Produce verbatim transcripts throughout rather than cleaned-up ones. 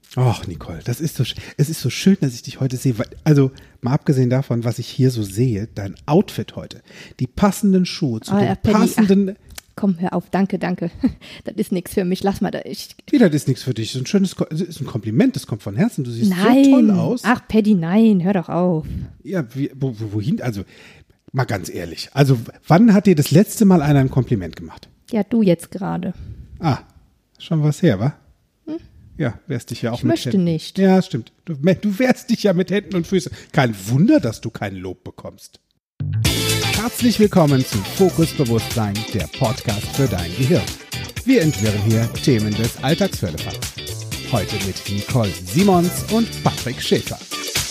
Ach, Nicole, das ist so, es ist so schön, dass ich dich heute sehe. Also, mal abgesehen davon, was ich hier so sehe, dein Outfit heute, die passenden Schuhe zu Oh, den ja, Paddy, passenden. ach, komm, hör auf, danke, danke. Das ist nichts für mich, lass mal da. Ich, Wie, das ist nichts für dich. So ein schönes, das ist ein Kompliment, das kommt von Herzen. Du siehst nein. so toll aus. Ach, Paddy, nein, hör doch auf. Ja, wie, wo, wohin? Also, mal ganz ehrlich. Also, wann hat dir das letzte Mal einer ein Kompliment gemacht? Ja, du jetzt gerade. Ah, schon was her, wa? Hm? Ja, wehrst dich ja auch Ich mit möchte Händen. nicht. Ja, stimmt. Du, du wehrst dich ja mit Händen und Füßen. Kein Wunder, dass du kein Lob bekommst. Herzlich willkommen zu Fokus Bewusstsein, der Podcast für dein Gehirn. Wir entwirren hier Themen des Alltagsfirlefanz. Heute mit Nicole Simons und Patrick Schäfer.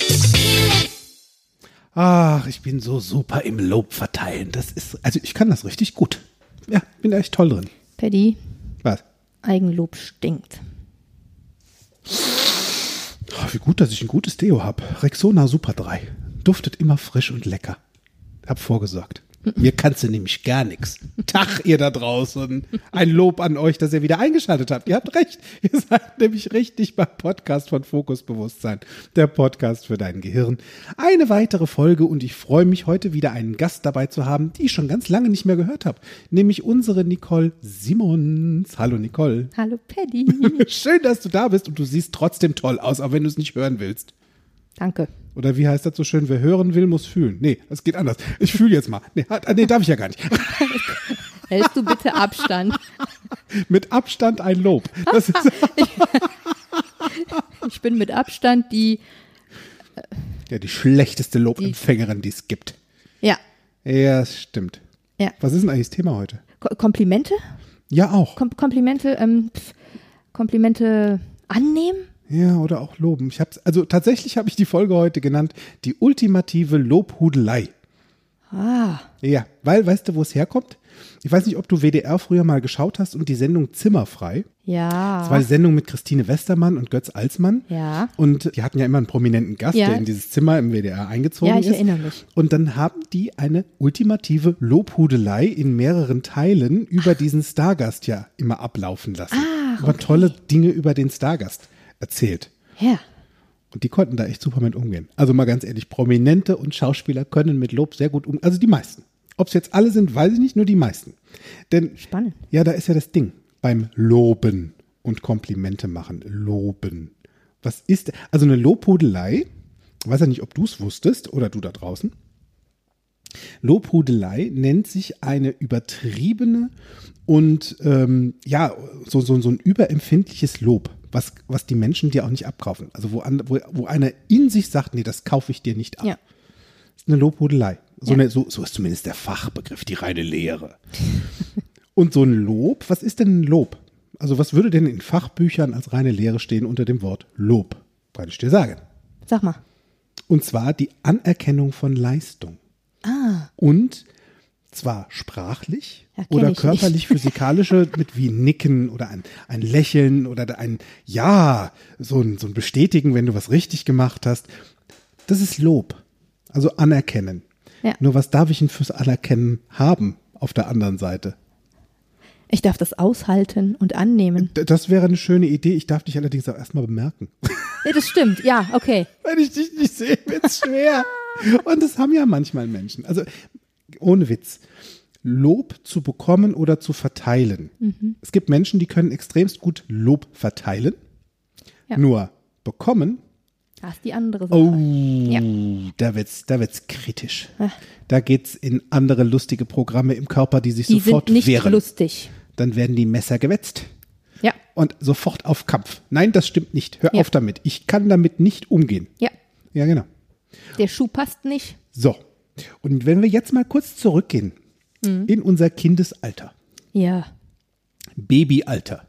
Ach, ich bin so super im Lob verteilen. Das ist, also ich kann das richtig gut. Ja, bin da echt toll drin. Paddy, Was? Eigenlob stinkt. Oh, wie gut, dass ich ein gutes Deo habe. Rexona Super drei. Duftet immer frisch und lecker. Hab vorgesorgt. Mir kannst du nämlich gar nichts. Tag, ihr da draußen. Ein Lob an euch, dass ihr wieder eingeschaltet habt. Ihr habt recht. Ihr seid nämlich richtig beim Podcast von Fokus Bewusstsein. Der Podcast für dein Gehirn. Eine weitere Folge und ich freue mich, heute wieder einen Gast dabei zu haben, die ich schon ganz lange nicht mehr gehört habe. Nämlich unsere Nicole Simons. Hallo Nicole. Hallo Paddy. Schön, dass du da bist und du siehst trotzdem toll aus, auch wenn du es nicht hören willst. Danke. Oder wie heißt das so schön? Wer hören will, muss fühlen. Nee, das geht anders. Ich fühle jetzt mal. Nee, hat, nee, darf ich ja gar nicht. Hältst du bitte Abstand? Mit Abstand ein Lob. Das ist Ich bin mit Abstand die, ja die schlechteste Lobempfängerin, die es gibt. ja, Ja, das stimmt. ja. Was ist denn eigentlich das Thema heute? Ko- Komplimente? Ja, auch. Kom- Komplimente, ähm, pf, Komplimente annehmen? Ja, oder auch loben. Ich hab's, also tatsächlich habe ich die Folge heute genannt, die ultimative Lobhudelei. Ah, Ja, weil, weißt du, wo es herkommt? Ich weiß nicht, ob du W D R früher mal geschaut hast und die Sendung Zimmerfrei. ja. Das war die Sendung mit Christine Westermann und Götz Alsmann. Ja. Und die hatten ja immer einen prominenten Gast, Ja. der in dieses Zimmer im W D R eingezogen Ja, ist. ich erinnere mich. Und dann haben die eine ultimative Lobhudelei in mehreren Teilen über diesen Stargast ja immer ablaufen lassen. Ah, über okay. tolle Dinge über den Stargast erzählt. Ja. Und die konnten da echt super mit umgehen. Also mal ganz ehrlich, Prominente und Schauspieler können mit Lob sehr gut umgehen. Also die meisten. Ob es jetzt alle sind, weiß ich nicht, nur die meisten. Denn, Spannend. ja, da ist ja das Ding beim Loben und Komplimente machen. Loben. Was ist, also eine Lobhudelei, ich weiß ja nicht, ob du es wusstest oder du da draußen. Lobhudelei nennt sich eine übertriebene und ähm, ja, so, so, so ein überempfindliches Lob, was, was die Menschen dir auch nicht abkaufen. Also wo, an, wo, wo einer in sich sagt, nee, das kaufe ich dir nicht ab. Ja. Das ist eine Lobhudelei. So, Ja. eine, so, so ist zumindest der Fachbegriff, die reine Lehre. Und so ein Lob, was ist denn ein Lob? Also was würde denn in Fachbüchern als reine Lehre stehen unter dem Wort Lob? Kann ich dir sagen. Sag mal. Und zwar die Anerkennung von Leistung. Ah, Und zwar sprachlich Ja, kenn oder ich körperlich, physikalische, mit wie Nicken oder ein, ein Lächeln oder ein Ja, so ein, so ein Bestätigen, wenn du was richtig gemacht hast. Das ist Lob. Also anerkennen. Ja. Nur was darf ich denn fürs Anerkennen haben auf der anderen Seite? ich darf das aushalten und annehmen. D- Das wäre eine schöne Idee. Ich darf dich allerdings auch erstmal bemerken. Nee, das stimmt, ja, okay. Wenn ich dich nicht sehe, wird's schwer. Und das haben ja manchmal Menschen. Also ohne Witz. Lob zu bekommen oder zu verteilen. Mhm. Es gibt Menschen, die können extremst gut Lob verteilen. Ja. Nur bekommen, Das ist die andere Sache. oh, Ja. da wird's, da wird's kritisch. Ah. Da geht's in andere lustige Programme im Körper, die sich Die sofort sind nicht wehren. lustig. Dann werden die Messer gewetzt. Ja, Und sofort auf Kampf. Nein, das stimmt nicht. Hör Ja. auf damit. Ich kann damit nicht umgehen. ja. Ja, genau. Der Schuh passt nicht. So. Und wenn wir jetzt mal kurz zurückgehen Mhm. in unser Kindesalter, Ja, Babyalter,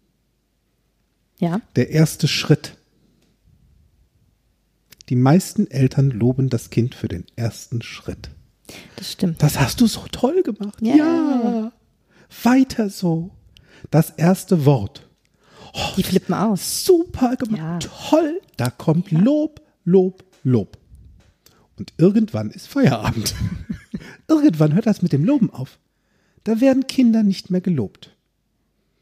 ja. der erste Schritt. Die meisten Eltern loben das Kind für den ersten Schritt. Das stimmt. Das hast du so toll gemacht. Ja. Ja. Weiter so. Das erste Wort. Die flippen aus. Super gemacht. Ja. Toll. Da kommt Lob, Lob, Lob. Und irgendwann ist Feierabend. Irgendwann hört das mit dem Loben auf. Da werden Kinder nicht mehr gelobt.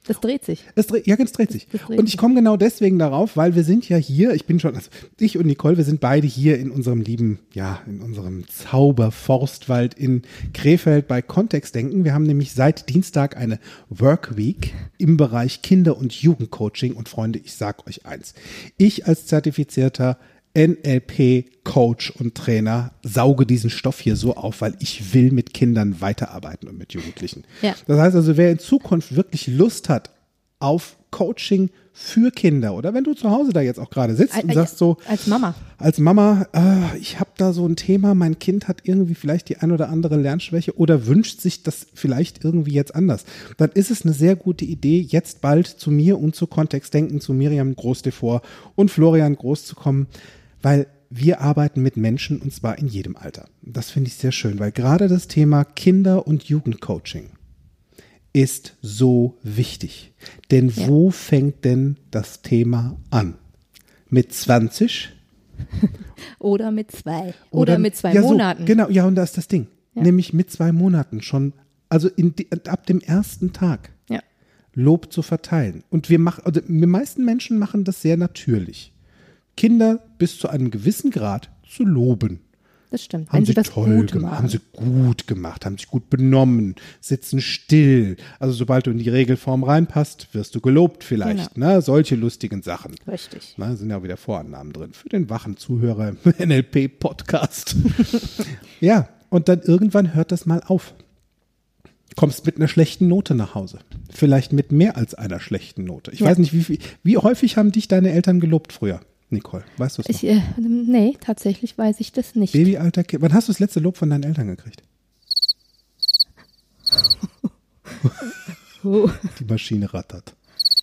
Das dreht sich. Es dreht, ja, es dreht sich. Das dreht und ich komme genau deswegen darauf, weil wir sind ja hier, ich bin schon, also ich und Nicole, wir sind beide hier in unserem lieben, ja, in unserem Zauberforstwald in Krefeld bei Kontextdenken. Wir haben nämlich seit Dienstag eine Workweek im Bereich Kinder- und Jugendcoaching. Und Freunde, ich sag euch eins. Ich als zertifizierter N L P-Coach und Trainer sauge diesen Stoff hier so auf, weil ich will mit Kindern weiterarbeiten und mit Jugendlichen. Ja. Das heißt also, wer in Zukunft wirklich Lust hat auf Coaching für Kinder oder wenn du zu Hause da jetzt auch gerade sitzt und sagst so, als Mama, als Mama, äh, ich habe da so ein Thema, mein Kind hat irgendwie vielleicht die ein oder andere Lernschwäche oder wünscht sich das vielleicht irgendwie jetzt anders, dann ist es eine sehr gute Idee, jetzt bald zu mir und zu Kontextdenken, zu Miriam Groß-Devor und Florian Groß zu kommen, weil wir arbeiten mit Menschen und zwar in jedem Alter. Das finde ich sehr schön, weil gerade das Thema Kinder- und Jugendcoaching ist so wichtig. Denn Ja. wo fängt denn das Thema an? Mit zwanzig? oder mit zwei. Oder, mit zwei ja, Monaten. So, genau, ja, und da ist das Ding. Ja. Nämlich mit zwei Monaten schon, also in, die- ab dem ersten Tag Ja. Lob zu verteilen. Und wir machen, also die meisten Menschen machen das sehr natürlich. Kinder bis zu einem gewissen Grad zu loben. Das stimmt. Haben Wenn sie sie das toll gut gemacht, machen. haben sie gut gemacht, haben sich gut benommen, sitzen still. Also sobald du in die Regelform reinpasst, wirst du gelobt vielleicht. Genau. Ne? Solche lustigen Sachen. Richtig. Na, sind ja auch wieder Vorannahmen drin für den wachen Zuhörer im N L P-Podcast. Ja, und dann irgendwann hört das mal auf. Kommst mit einer schlechten Note nach Hause. Vielleicht mit mehr als einer schlechten Note. Ich Ja. weiß nicht, wie, viel, wie häufig haben dich deine Eltern gelobt früher, Nicole? Weißt du es noch? Ich, äh, nee, tatsächlich weiß ich das nicht. Babyalter Kind. Wann hast du das letzte Lob von deinen Eltern gekriegt? Oh, Die Maschine rattert.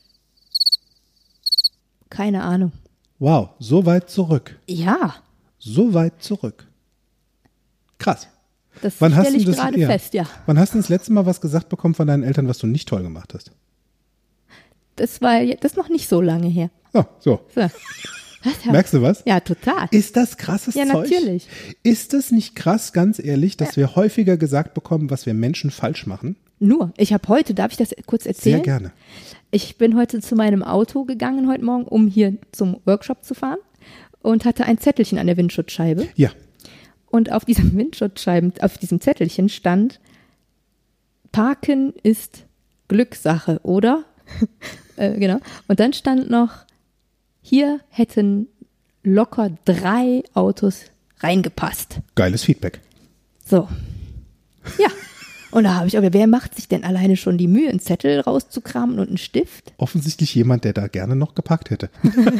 keine Ahnung. Wow, so weit zurück. Ja, So weit zurück. Krass. das Wann hast stelle du ich das gerade ja. fest, ja. Wann hast du das letzte Mal was gesagt bekommen von deinen Eltern, was du nicht toll gemacht hast? Das war je- das ist noch nicht so lange her. Oh, so. So. Was, ja. Merkst du was? Ja, total. Ist das krasses Ja, Zeug? natürlich. Ist es nicht krass, ganz ehrlich, dass wir häufiger gesagt bekommen, was wir Menschen falsch machen? Nur, ich habe heute, darf ich das kurz erzählen? Sehr gerne. Ich bin heute zu meinem Auto gegangen heute Morgen, um hier zum Workshop zu fahren und hatte ein Zettelchen an der Windschutzscheibe. Ja. Und auf diesem Windschutzscheiben, auf diesem Zettelchen stand, Parken ist Glückssache, oder? äh, genau. Und dann stand noch, hier hätten locker drei Autos reingepasst. Geiles Feedback. So. Ja. Und da habe ich, aber wer macht sich denn alleine schon die Mühe, einen Zettel rauszukramen und einen Stift? Offensichtlich jemand, der da gerne noch geparkt hätte.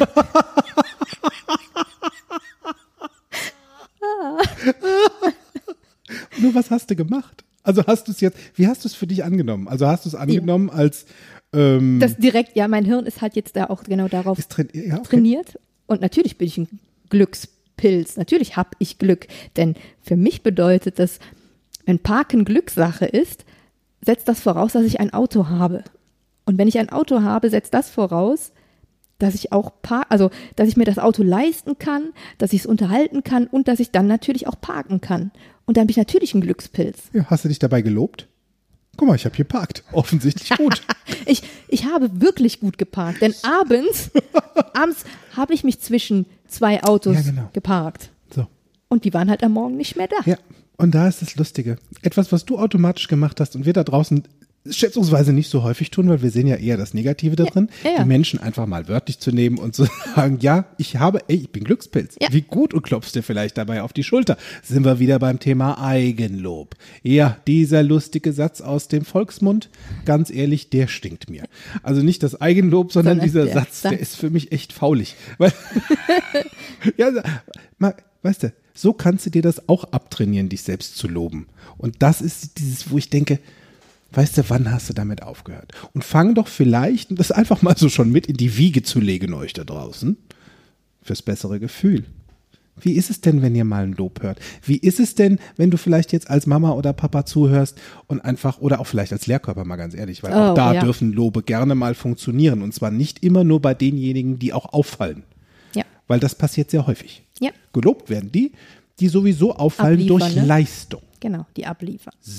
Nur was hast du gemacht? Also hast du es jetzt, wie hast du es für dich angenommen? Also hast du es angenommen als ähm, Das direkt, ja, mein Hirn ist halt jetzt da auch genau darauf ist train ja, okay. trainiert. Und natürlich bin ich ein Glückspilz. Natürlich habe ich Glück. Denn für mich bedeutet das, wenn Parken Glückssache ist, setzt das voraus, dass ich ein Auto habe. Und wenn ich ein Auto habe, setzt das voraus, dass ich auch par also dass ich mir das Auto leisten kann, dass ich es unterhalten kann und dass ich dann natürlich auch parken kann. Und dann bin ich natürlich ein Glückspilz. Ja, hast du dich dabei gelobt? Guck mal, ich habe hier parkt. Offensichtlich gut. Ich, ich habe wirklich gut geparkt, denn abends, abends habe ich mich zwischen zwei Autos Ja, genau. geparkt. So. Und die waren halt am Morgen nicht mehr da. Ja, und da ist das Lustige. Etwas, was du automatisch gemacht hast und wir da draußen schätzungsweise nicht so häufig tun, weil wir sehen ja eher das Negative da drin, ja, ja. die Menschen einfach mal wörtlich zu nehmen und zu sagen, ja, ich habe, ey, ich bin Glückspilz. Ja. Wie gut, und klopfst dir vielleicht dabei auf die Schulter. Sind wir wieder beim Thema Eigenlob. Ja, dieser lustige Satz aus dem Volksmund, ganz ehrlich, der stinkt mir. Also nicht das Eigenlob, sondern, Sondern dieser der Satz, der Satz. ist für mich echt faulig. Weil, ja, mal, weißt du, so kannst du dir das auch abtrainieren, dich selbst zu loben. Und das ist dieses, wo ich denke, weißt du, wann hast du damit aufgehört? Und fang doch vielleicht, das einfach mal so schon mit in die Wiege zu legen, euch da draußen, fürs bessere Gefühl. Wie ist es denn, wenn ihr mal ein Lob hört? Wie ist es denn, wenn du vielleicht jetzt als Mama oder Papa zuhörst und einfach, oder auch vielleicht als Lehrkörper mal ganz ehrlich, weil auch Oh, da ja. dürfen Lobe gerne mal funktionieren. Und zwar nicht immer nur bei denjenigen, die auch auffallen. Ja. Weil das passiert sehr häufig. Ja, Gelobt werden die, die sowieso auffallen Abliefern, durch ne? Leistung. genau, die abliefern. So,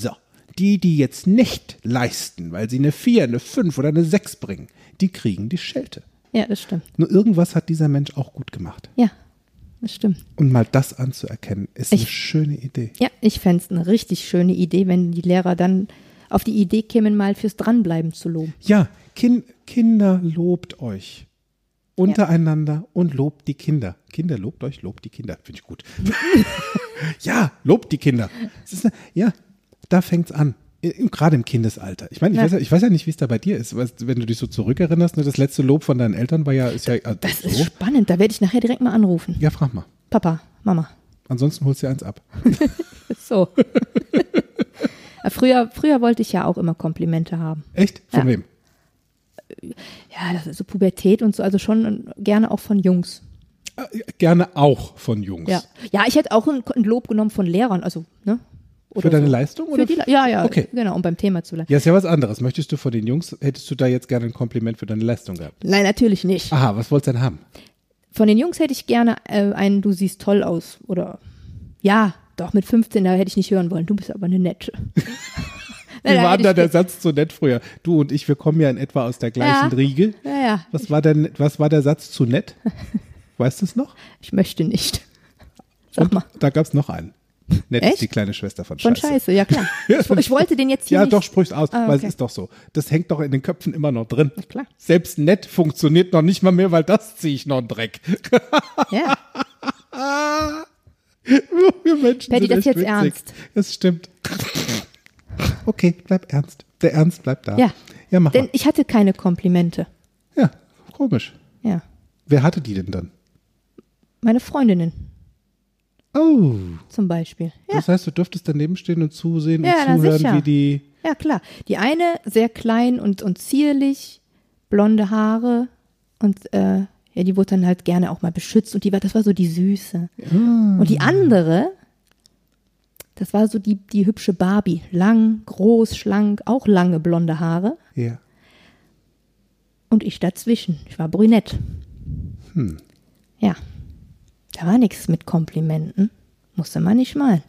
Die, die jetzt nicht leisten, weil sie eine vier, eine fünf oder eine sechs bringen, die kriegen die Schelte. Ja, das stimmt. Nur irgendwas hat dieser Mensch auch gut gemacht. Ja, das stimmt. Und mal das anzuerkennen, ist Ich- eine schöne Idee. Ja, ich fände es eine richtig schöne Idee, wenn die Lehrer dann auf die Idee kämen, mal fürs Dranbleiben zu loben. Ja, kin Kinder, lobt euch. Untereinander und lobt die Kinder. Kinder, lobt euch, lobt die Kinder. Finde ich gut. Ja, lobt die Kinder. Es ist eine, ja, da fängt's an. I- Gerade im Kindesalter. Ich meine, ich, Ja. weiß ja, ich weiß ja nicht, wie es da bei dir ist. Weißt, wenn du dich so zurückerinnerst, ne, das letzte Lob von deinen Eltern war ja, ist ja also Das so. ist spannend, da werde ich nachher direkt mal anrufen. Ja, frag mal. Papa, Mama. Ansonsten holst du dir eins ab. So. früher, früher wollte ich ja auch immer Komplimente haben. Echt? Von Ja. wem? Ja, das ist so Pubertät und so, also schon gerne auch von Jungs. Äh, Gerne auch von Jungs. Ja, ja, ich hätte auch ein, ein Lob genommen von Lehrern, also, ne? Oder Für deine so. Leistung? Für Oder? die, Le- ja, ja, Okay. genau, um beim Thema zu bleiben. Ja, ist ja was anderes. Möchtest du von den Jungs, hättest du da jetzt gerne ein Kompliment für deine Leistung gehabt? Nein, natürlich nicht. Aha, was wolltest du denn haben? Von den Jungs hätte ich gerne äh, einen, du siehst toll aus. Oder, ja, doch, mit fünfzehn, da hätte ich nicht hören wollen. Du bist aber eine Nette. Wie Nein, da war hätte da ich der ge- Satz so nett früher? Du und ich, wir kommen ja in etwa aus der gleichen Ja. Riege. Ja, ja, Was war, denn, was war der Satz zu nett? Weißt du es noch? ich möchte nicht. Sag Und mal. da gab es noch einen. Nett Echt? ist die kleine Schwester von Von Scheiße. Scheiße, ja klar. Ich, ich wollte den jetzt hier Ja, nicht. doch, sprich's aus, Ah, weil es okay. ist doch so. Das hängt doch in den Köpfen immer noch drin. Na klar. Selbst nett funktioniert noch nicht mal mehr, weil das ziehe ich noch einen Dreck. Ja, Wir Menschen Patty, sind das echt jetzt witzig. ernst. Das stimmt. Okay, bleib ernst. Der Ernst bleibt da. ja. Ja, mach Denn mal. ich hatte keine Komplimente. Ja, komisch. Ja. Wer hatte die denn dann? Meine Freundinnen Oh, zum Beispiel. Ja, das heißt, du dürftest daneben stehen und zusehen Ja, na und zuhören, sicher. wie die. ja klar. Die eine sehr klein und, und zierlich, blonde Haare und äh, ja, die wurde dann halt gerne auch mal beschützt und die war, das war so die Süße. Und die andere, das war so die, die hübsche Barbie. Lang, groß, schlank, auch lange blonde Haare. Ja. Und ich dazwischen. Ich war brünett. Hm. Ja. Da war nichts mit Komplimenten. Musste man nicht malen.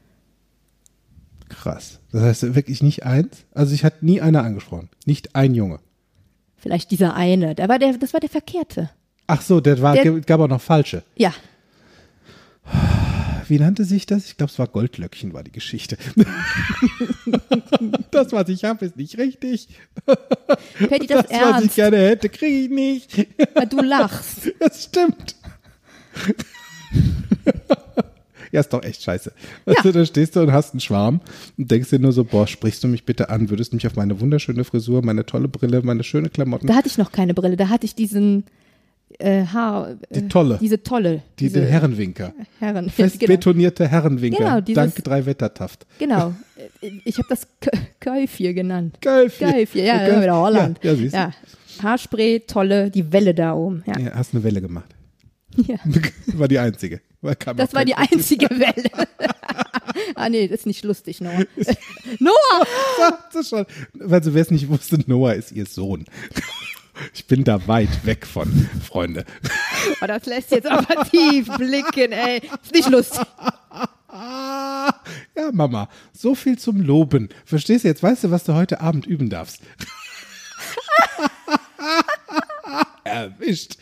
Krass. Das heißt wirklich nicht eins? Also ich hatte nie einer angesprochen. Nicht ein Junge. Vielleicht dieser eine. Der war der, das war der Verkehrte. Ach so, der war, Der- gab auch noch falsche. Ja. Wie nannte sich das? Ich glaube, es war Goldlöckchen, war die Geschichte. Das, was ich habe, ist nicht richtig. Patty, das, Das, was ich ernst. gerne hätte, kriege ich nicht. Du lachst. Das stimmt. Ja, ist doch echt scheiße. Weißt Ja. du, da stehst du und hast einen Schwarm und denkst dir nur so, boah, sprichst du mich bitte an, würdest mich auf meine wunderschöne Frisur, meine tolle Brille, meine schöne Klamotten, Da hatte ich noch keine Brille. Da hatte ich diesen äh, Haar. Äh, die tolle, Diese tolle. die, diese den Herrenwinker. Herren. Fest genau. betonierte Herrenwinker. Genau, dieses- Dank drei Wettertaft. Genau. Äh, Ich habe das Käufir genannt. Geil. Käufir, ja, Geil. ja, wieder Holland. Ja, ja, siehst du. Ja. Haarspray, tolle, die Welle da oben. Ja. Ja, hast eine Welle gemacht. Ja. War die einzige. War- kam Das auch war kein- die einzige Welle. Ah nee, das ist nicht lustig, Noah. Noah! Sagt sie schon. Also wer es nicht wusste, Noah ist ihr Sohn. Ich bin da weit weg von, Freunde. Oh, das lässt jetzt aber tief blicken, ey. Ist nicht lustig. Ja, Mama, so viel zum Loben. Verstehst du jetzt? Weißt du, was du heute Abend üben darfst? Erwischt.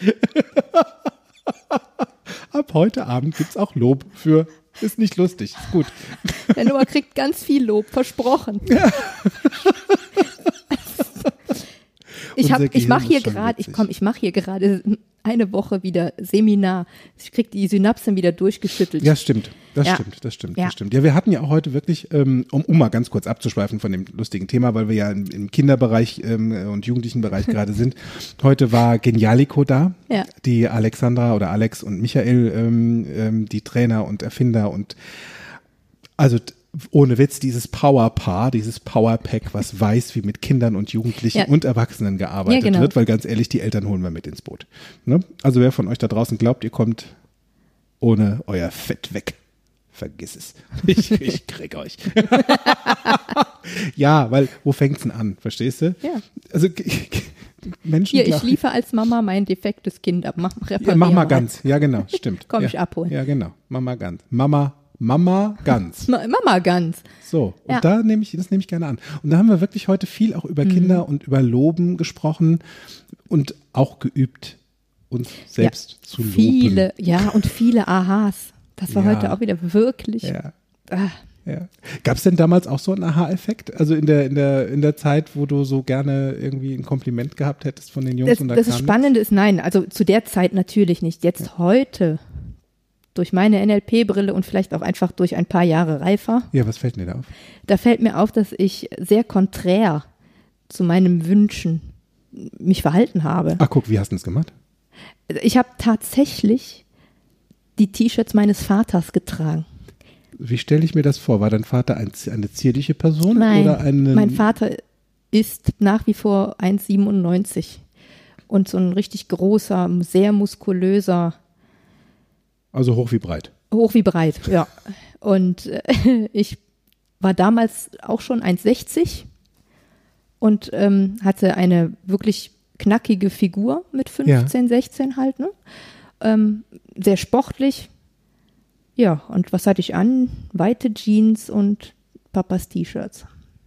Ab heute Abend gibt's auch Lob für ist nicht lustig. Ist gut. Der Noah kriegt ganz viel Lob, versprochen. Ich, Unser hab, ich Gehirn mache ist hier schon gerade, ich witzig. komm, ich mache hier gerade eine Woche wieder Seminar. Ich krieg die Synapsen wieder durchgeschüttelt. Ja, stimmt. Das Ja. stimmt, das stimmt, Ja. das stimmt. Ja, wir hatten ja auch heute wirklich, ähm, um, um mal ganz kurz abzuschweifen von dem lustigen Thema, weil wir ja im, im Kinderbereich ähm, und Jugendlichenbereich gerade sind. Heute war Genialico da, Ja. die Alexandra oder Alex und Michael, ähm, ähm, die Trainer und Erfinder und also t- ohne Witz, dieses Powerpaar, dieses Powerpack, was weiß, wie mit Kindern und Jugendlichen Ja. und Erwachsenen gearbeitet Ja, genau. wird, weil ganz ehrlich, die Eltern holen wir mit ins Boot. Ne? Also wer von euch da draußen glaubt, ihr kommt ohne euer Fett weg, vergiss es. Ich, ich krieg euch. Ja, weil, wo fängt's denn an, verstehst du? Ja. Also g- g- Menschen Hier, ich glauben- liefere als Mama mein defektes Kind ab. Mach, reparier ja, mach mal ganz. Ja, genau, stimmt. Komm ja. ich abholen. Ja, genau. Mach mal ganz. Mama Mama Ganz. Mama Ganz. So, und Ja. da nehme ich, das nehme ich gerne an. Und da haben wir wirklich heute viel auch über Kinder Mhm. und über Loben gesprochen und auch geübt, uns selbst ja, zu loben. Viele, ja, und viele Ahas. Das war Ja. heute auch wieder wirklich. Ja. Ah, Ja. Gab es denn damals auch so einen Aha-Effekt? Also in der, in der, in der Zeit, wo du so gerne irgendwie ein Kompliment gehabt hättest von den Jungs Das, und da das kam Spannende ist, nein, also zu der Zeit natürlich nicht. Jetzt Ja. heute, durch meine N L P-Brille und vielleicht auch einfach durch ein paar Jahre reifer, nichts? Ja, was fällt mir da auf? da fällt mir auf, dass ich sehr konträr zu meinen Wünschen mich verhalten habe. Ach guck, wie hast du das gemacht? Ich habe tatsächlich die T-Shirts meines Vaters getragen. Wie stelle ich mir das vor? War dein Vater ein, eine zierliche Person? Nein, oder eine, mein Vater ist nach wie vor eins Komma siebenundneunzig und so ein richtig großer, sehr muskulöser, Also hoch wie breit. hoch wie breit, ja. Und äh, ich war damals auch schon eins Komma sechzig und ähm, hatte eine wirklich knackige Figur mit fünfzehn, sechzehn halt, ne? Ähm, sehr sportlich. Ja, und was hatte ich an? Weite Jeans und Papas T-Shirts.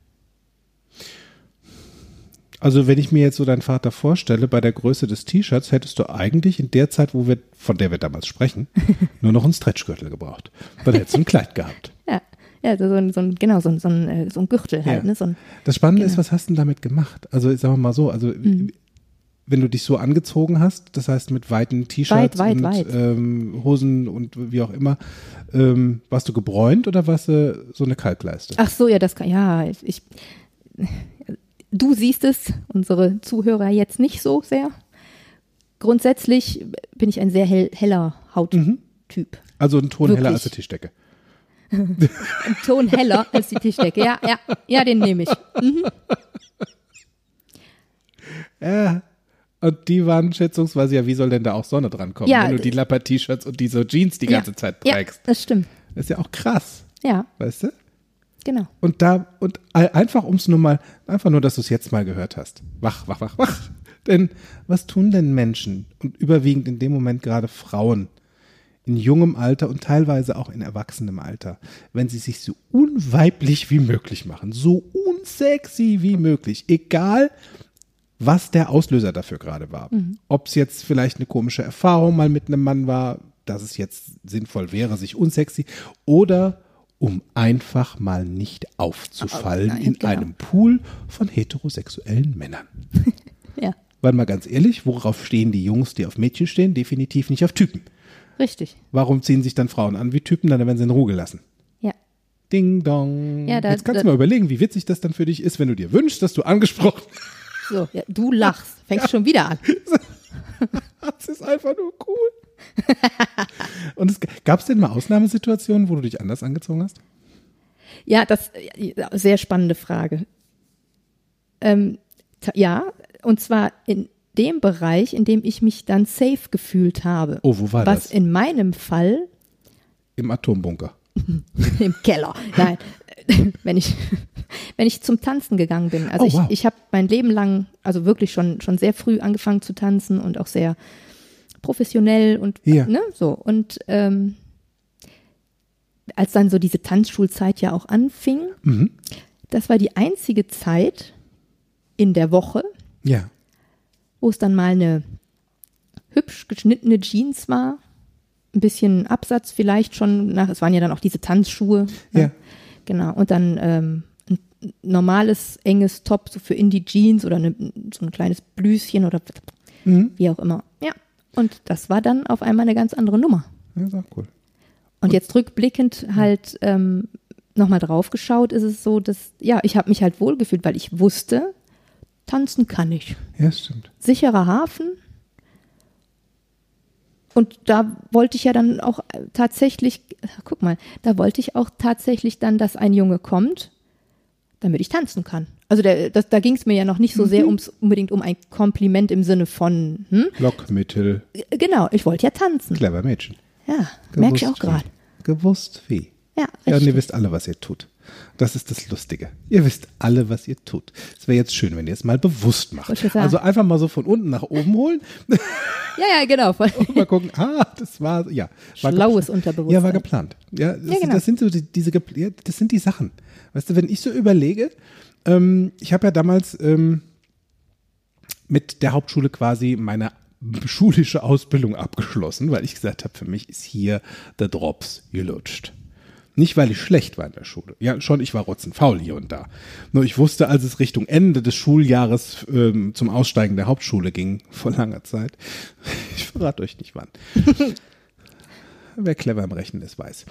Also wenn ich mir jetzt so deinen Vater vorstelle, bei der Größe des T-Shirts hättest du eigentlich in der Zeit, wo wir, von der wir damals sprechen, nur noch einen Stretchgürtel gebraucht. Dann hättest du ein Kleid gehabt. Ja, ja, so ein, so ein, genau, so ein, so ein, äh, so ein Gürtel halt, Ja. ne? So ein, Das Spannende ist, Genau. was hast du denn damit gemacht? Also sagen wir mal so, also Mhm. wenn du dich so angezogen hast, das heißt mit weiten T-Shirts Weit, weit, und weit. Ähm, Hosen und wie auch immer, ähm, warst du gebräunt oder warst du so eine Kalkleiste? ach so, ja, das kann, ja, ich, ich, du siehst es, unsere Zuhörer jetzt nicht so sehr. Grundsätzlich bin ich ein sehr hell, heller Mhm. Hauttyp. Also ein Ton heller Wirklich. als die Tischdecke. Ein Ton heller als die Tischdecke. Ja, ja, ja, den nehme ich. Ja. Und die waren schätzungsweise, ja, wie soll denn da auch Sonne dran kommen, Ja, wenn du die Lapper-T-Shirts und diese Jeans die ganze ja, Zeit ja, trägst? das stimmt. Das ist ja auch krass, Ja, weißt du? genau. Und da, und ein- einfach ums nur mal, einfach nur, dass du es jetzt mal gehört hast. Wach, wach, wach, wach. Denn was tun denn Menschen und überwiegend in dem Moment gerade Frauen in jungem Alter und teilweise auch in erwachsenem Alter, wenn sie sich so unweiblich wie möglich machen, so unsexy wie möglich, egal was der Auslöser dafür gerade war. Mhm. Ob es jetzt vielleicht eine komische Erfahrung mal mit einem Mann war, dass es jetzt sinnvoll wäre, sich unsexy, oder um einfach mal nicht aufzufallen Oh, nein, in genau. einem Pool von heterosexuellen Männern. Ja, Weil mal ganz ehrlich, worauf stehen die Jungs, die auf Mädchen stehen? Definitiv nicht auf Typen. richtig. Warum ziehen sich dann Frauen an wie Typen? Dann werden sie in Ruhe gelassen. Ja. Ding dong. Ja, da- Jetzt kannst da- du mal überlegen, wie witzig das dann für dich ist, wenn du dir wünschst, dass du angesprochen So, ja, du lachst. Fängst schon wieder an. Das ist einfach nur cool. Und es gab es denn mal Ausnahmesituationen, wo du dich anders angezogen hast? Ja, das ja, sehr spannende Frage. Ähm, ta- ja, und zwar in dem Bereich, in dem ich mich dann safe gefühlt habe. Oh, wo war Was das? in meinem Fall Im Atombunker. im Keller. Nein, wenn ich wenn ich zum Tanzen gegangen bin. Also Oh, ich, wow. ich habe mein Leben lang, also wirklich schon schon sehr früh angefangen zu tanzen und auch sehr professionell und Ja. ne, so und ähm, als dann so diese Tanzschulzeit ja auch anfing, Mhm. das war die einzige Zeit in der Woche, Ja. wo es dann mal eine hübsch geschnittene Jeans war, ein bisschen Absatz vielleicht schon, nach, es waren ja dann auch diese Tanzschuhe. ne? Ja. Genau, und dann ähm, ein normales, enges Top so für in die Jeans oder eine, so ein kleines Blüschen oder Mhm. wie auch immer. Ja, und das war dann auf einmal eine ganz andere Nummer. Ja, ist auch cool. Und jetzt rückblickend halt ähm, nochmal drauf geschaut, ist es so, dass, ja, ich habe mich halt wohlgefühlt, weil ich wusste, tanzen kann ich. Ja, stimmt. Sicherer Hafen. Und da wollte ich ja dann auch äh, tatsächlich, guck mal, da wollte ich auch tatsächlich dann, dass ein Junge kommt, damit ich tanzen kann. Also der, das, da ging es mir ja noch nicht so sehr ums, unbedingt um ein Kompliment im Sinne von, hm? Lockmittel, G- Genau, ich wollte ja tanzen. clever Mädchen. Ja, merke ich auch Gewusst wie. gerade. Gewusst wie. Ja, Ja, und richtig. ihr wisst alle, was ihr tut. Das ist das Lustige. Ihr wisst alle, was ihr tut. Es wäre jetzt schön, wenn ihr es mal bewusst macht. Also einfach mal so von unten nach oben holen. Ja, ja, genau. Und mal gucken, ah, das war, ja. War Schlaues Unterbewusstsein. Ja, war geplant. Ja, das, ja, genau. das sind so die, diese, das sind die Sachen. Weißt du, wenn ich so überlege, ähm, ich habe ja damals ähm, mit der Hauptschule quasi meine schulische Ausbildung abgeschlossen, weil ich gesagt habe, für mich ist hier der Drops gelutscht. Nicht, weil ich schlecht war in der Schule. Ja, schon, ich war rotzenfaul hier und da. Nur ich wusste, als es Richtung Ende des Schuljahres ähm, zum Aussteigen der Hauptschule ging, vor langer Zeit, ich verrate euch nicht wann. Wer clever im Rechnen ist, weiß.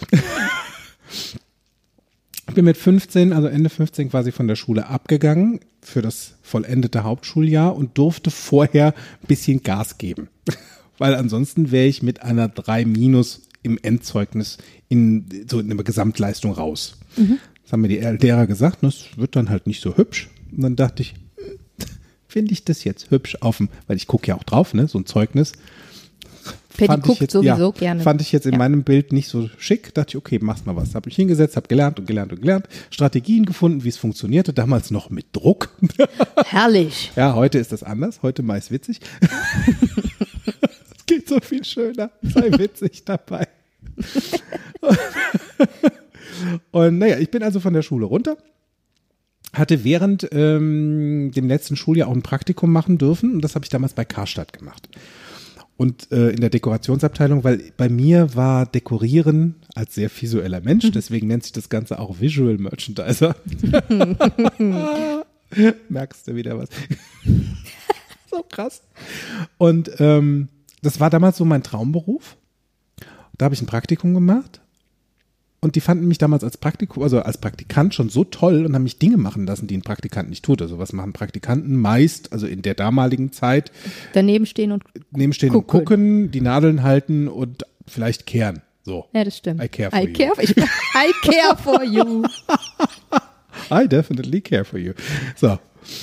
Ich bin mit fünfzehn, also Ende fünfzehn quasi von der Schule abgegangen für das vollendete Hauptschuljahr und durfte vorher ein bisschen Gas geben. Weil ansonsten wäre ich mit einer drei minus im Endzeugnis in so in einer Gesamtleistung raus. Mhm. Das haben mir die Lehrer gesagt, das wird dann halt nicht so hübsch. Und dann dachte ich, finde ich das jetzt hübsch auf dem, weil ich gucke ja auch drauf, ne, so ein Zeugnis. Paddy guckt jetzt, sowieso ja, gerne. Fand ich jetzt in ja. meinem Bild nicht so schick. Dachte ich, okay, machst mal was. Habe mich hingesetzt, habe gelernt und gelernt und gelernt. Strategien gefunden, wie es funktionierte. Damals noch mit Druck. Herrlich. Ja, heute ist das anders. Heute meist witzig. Es geht so viel schöner. Sei witzig dabei. und, und naja, ich bin also von der Schule runter. Hatte während ähm, dem letzten Schuljahr auch ein Praktikum machen dürfen. Und das habe ich damals bei Karstadt gemacht. Und äh, in der Dekorationsabteilung, weil bei mir war Dekorieren als sehr visueller Mensch, deswegen nennt sich das Ganze auch Visual Merchandiser. Merkst du wieder was? So krass. Und ähm, das war damals so mein Traumberuf. Da habe ich ein Praktikum gemacht. Und die fanden mich damals als Praktikum, also als Praktikant schon so toll und haben mich Dinge machen lassen, die ein Praktikant nicht tut. Also was machen Praktikanten meist, also in der damaligen Zeit? Daneben stehen und Nebenstehen gucken. und gucken, die Nadeln halten und vielleicht kehren. So. Ja, das stimmt. I care for I you. Care, ich, I care for you. I definitely care for you. So.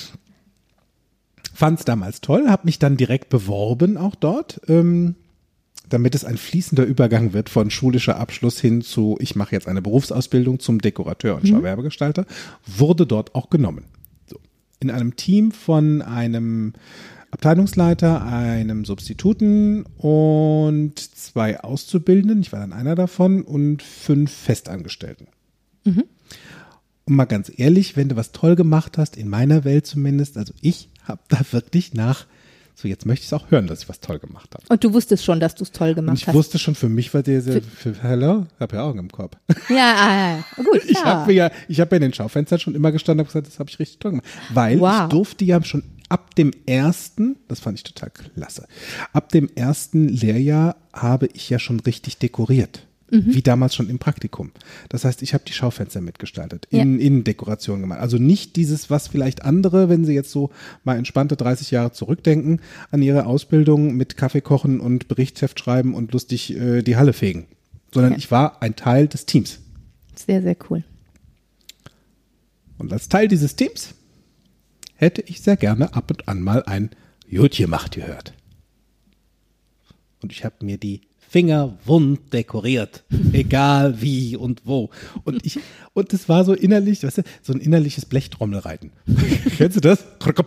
Fand's damals toll, habe mich dann direkt beworben auch dort. Ähm, damit es ein fließender Übergang wird von schulischer Abschluss hin zu, ich mache jetzt eine Berufsausbildung zum Dekorateur und Schauwerbegestalter, wurde dort auch genommen. So. In einem Team von einem Abteilungsleiter, einem Substituten und zwei Auszubildenden, ich war dann einer davon, und fünf Festangestellten. Mhm. Und mal ganz ehrlich, wenn du was toll gemacht hast, in meiner Welt zumindest, also ich habe da wirklich nach so, jetzt möchte ich es auch hören, dass ich was toll gemacht habe. Und du wusstest schon, dass du es toll gemacht und ich hast. Ich wusste schon, für mich war der sehr, für, für Hello, ich habe ja Augen im Kopf. Ja, ah, ja. Gut. Ich ja. habe ja, ich habe ja in den Schaufenstern schon immer gestanden und gesagt, das habe ich richtig toll gemacht. Weil wow. ich durfte ja schon ab dem ersten, das fand ich total klasse, ab dem ersten Lehrjahr habe ich ja schon richtig dekoriert. Mhm. Wie damals schon im Praktikum. Das heißt, ich habe die Schaufenster mitgestaltet, in ja. Innendekoration gemacht. Also nicht dieses, was vielleicht andere, wenn sie jetzt so mal entspannte dreißig Jahre zurückdenken, an ihre Ausbildung mit Kaffee kochen und Berichtsheft schreiben und lustig äh, die Halle fegen. Sondern ja. ich war ein Teil des Teams. Sehr, sehr cool. Und als Teil dieses Teams hätte ich sehr gerne ab und an mal ein Gut gemacht gehört. Und ich habe mir die Finger wund dekoriert, egal wie und wo. Und ich, und das war so innerlich, weißt du, so ein innerliches Blechtrommelreiten. Kennst du das?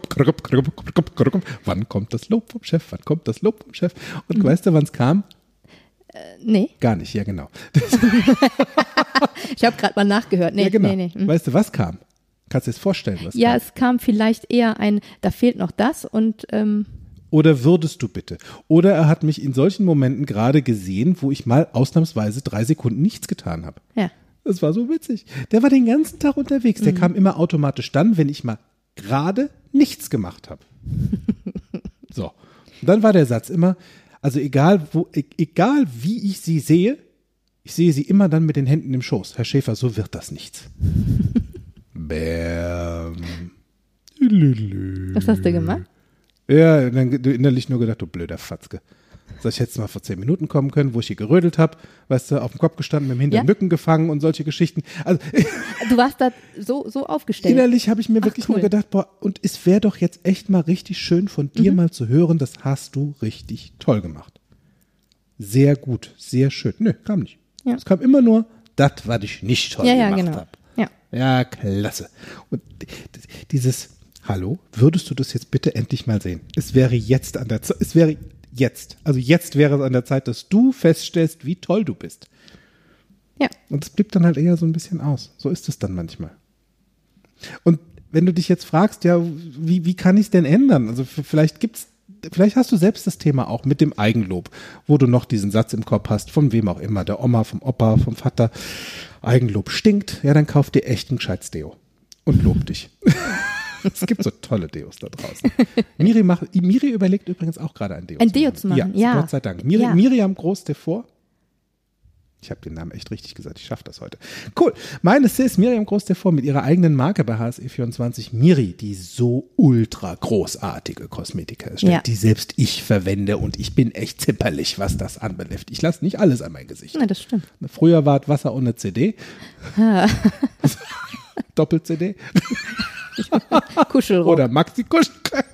Wann kommt das Lob vom Chef? Wann kommt das Lob vom Chef? Und mhm. weißt du, wann es kam? Äh, nee. Gar nicht, ja genau. Ich habe gerade mal nachgehört. Nee, ja, genau. nee, nee. Mhm. Weißt du, was kam? Kannst du dir das vorstellen, was ja, kam? es kam vielleicht eher ein, da fehlt noch das und ähm Oder würdest du bitte? Oder er hat mich in solchen Momenten gerade gesehen, wo ich mal ausnahmsweise drei Sekunden nichts getan habe. Ja. Das war so witzig. Der war den ganzen Tag unterwegs. Der mhm. kam immer automatisch dann, wenn ich mal gerade nichts gemacht habe. So. Und dann war der Satz immer, also egal, wo, egal wie ich sie sehe, ich sehe sie immer dann mit den Händen im Schoß. Herr Schäfer, so wird das nichts. Bäm. Was hast du gemacht? Ja, dann innerlich nur gedacht, du blöder Fatzke. Sag ich, hätte mal vor zehn Minuten kommen können, wo ich hier gerödelt habe, weißt du, auf dem Kopf gestanden, mit dem Hintern ja? Mücken gefangen und solche Geschichten. Also, du warst da so, so aufgestellt. Innerlich habe ich mir Ach, wirklich cool. nur gedacht, boah, und es wäre doch jetzt echt mal richtig schön von dir mhm. mal zu hören, das hast du richtig toll gemacht. Sehr gut, sehr schön. Nö, kam nicht. Ja. Es kam immer nur, das, was ich nicht toll ja, ja, gemacht genau. habe. Ja. Ja, klasse. Und dieses Hallo, würdest du das jetzt bitte endlich mal sehen? Es wäre jetzt an der Zeit, es wäre jetzt, also jetzt wäre es an der Zeit, dass du feststellst, wie toll du bist. Ja. Und es bleibt dann halt eher so ein bisschen aus. So ist es dann manchmal. Und wenn du dich jetzt fragst, ja, wie, wie kann ich es denn ändern? Also vielleicht gibt's, vielleicht hast du selbst das Thema auch mit dem Eigenlob, wo du noch diesen Satz im Kopf hast, von wem auch immer, der Oma, vom Opa, vom Vater. Eigenlob stinkt, ja, dann kauf dir echt ein gescheites Deo und lob dich. Es gibt so tolle Deos da draußen. Miri, macht, Miri überlegt übrigens auch gerade ein Deo ein zu Deo machen. zu machen, ja. ja. Gott sei Dank. Miri, ja. Miriam Groß-Devor. Ich habe den Namen echt richtig gesagt, ich schaffe das heute. Cool. Meine Sis, Miriam Groß-Devor mit ihrer eigenen Marke bei H S E vierundzwanzig, Miri, die so ultra großartige Kosmetika erstellt, Ja. die selbst ich verwende und ich bin echt zimperlich, was das anbetrifft. Ich lasse nicht alles an mein Gesicht. Na, das stimmt. Früher war es Wasser ohne C D. Doppel-C D. Kuschelrohr. Oder Maxi-Kuschel.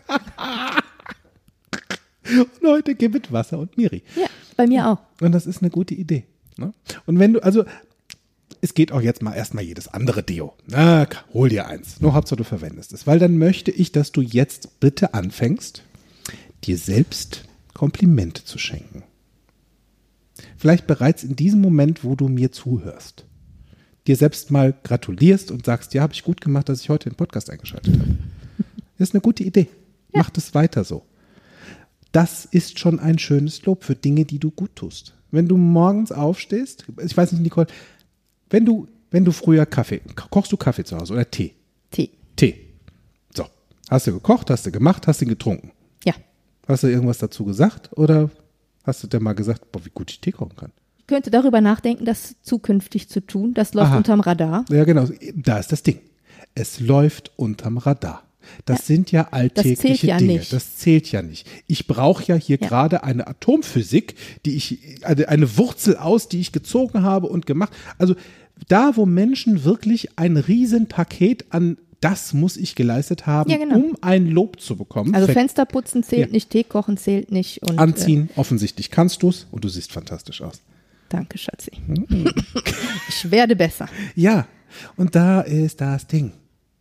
Und heute gibt es Wasser und Miri. Ja, bei mir auch. Und das ist eine gute Idee. Ne? Und wenn du, also, es geht auch jetzt mal erstmal jedes andere Deo. Na, hol dir eins. Nur Hauptsache du verwendest es. Weil dann möchte ich, dass du jetzt bitte anfängst, dir selbst Komplimente zu schenken. Vielleicht bereits in diesem Moment, wo du mir zuhörst. Dir selbst mal gratulierst und sagst, ja, habe ich gut gemacht, dass ich heute den Podcast eingeschaltet habe. Das ist eine gute Idee. Ja. Mach das weiter so. Das ist schon ein schönes Lob für Dinge, die du gut tust. Wenn du morgens aufstehst, ich weiß nicht, Nicole, wenn du, wenn du früher Kaffee, kochst du Kaffee zu Hause oder Tee? Tee. Tee. So. Hast du gekocht, hast du gemacht, hast du ihn getrunken? Ja. Hast du irgendwas dazu gesagt oder hast du dir mal gesagt, boah, wie gut ich Tee kochen kann? Ich könnte darüber nachdenken, das zukünftig zu tun. Das läuft Aha. unterm Radar. Ja, genau. Da ist das Ding. Es läuft unterm Radar. Das Ja. sind ja alltägliche Das zählt ja Dinge. nicht. Das zählt ja nicht. Ich brauche ja hier Ja. gerade eine Atomphysik, die ich, eine, eine Wurzel aus, die ich gezogen habe und gemacht. Also da, wo Menschen wirklich ein Riesenpaket an das muss ich geleistet haben, Ja, genau. um ein Lob zu bekommen. Also Fällt- Fensterputzen zählt Ja. nicht, Tee kochen zählt nicht. Und, Anziehen, offensichtlich kannst du es und du siehst fantastisch aus. Äh, danke, Schatzi. Ich werde besser. Ja, und da ist das Ding.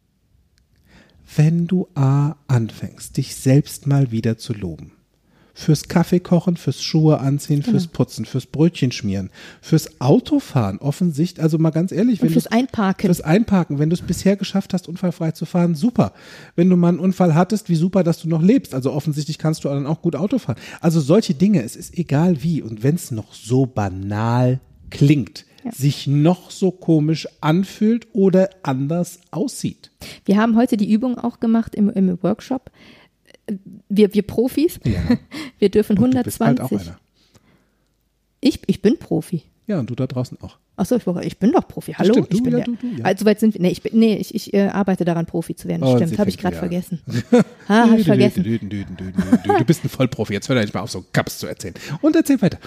Wenn du A anfängst, dich selbst mal wieder zu loben, fürs Kaffeekochen, fürs Schuhe anziehen, fürs Putzen, fürs Brötchen schmieren, fürs Autofahren, offensichtlich, also mal ganz ehrlich, Und wenn fürs du Einparken. fürs Einparken, wenn du es bisher geschafft hast, unfallfrei zu fahren, super. Wenn du mal einen Unfall hattest, wie super, dass du noch lebst. Also offensichtlich kannst du dann auch gut Auto fahren. Also solche Dinge, es ist egal wie. Und wenn es noch so banal klingt, Ja. sich noch so komisch anfühlt oder anders aussieht. Wir haben heute die Übung auch gemacht im, im Workshop. Wir, wir Profis, Ja. wir dürfen Und du bist halt auch hundertzwanzig. einer. Ich, ich bin Profi. Ja, und du da draußen auch. Achso, ich, ich bin doch Profi. Hallo? Stimmt, du, ich bin ja, der, du, du, ja. Also weit sind wir. Nee, ich, bin, nee, ich, ich äh, arbeite daran, Profi zu werden. Oh, Stimmt, sie habe ich fängt gerade wieder an. vergessen. Ah, habe ich vergessen. Dü, dü, dü, dü, dü, dü. Du bist ein Vollprofi. Jetzt hör doch nicht mal auf, so Kaps zu erzählen. Und erzähl weiter.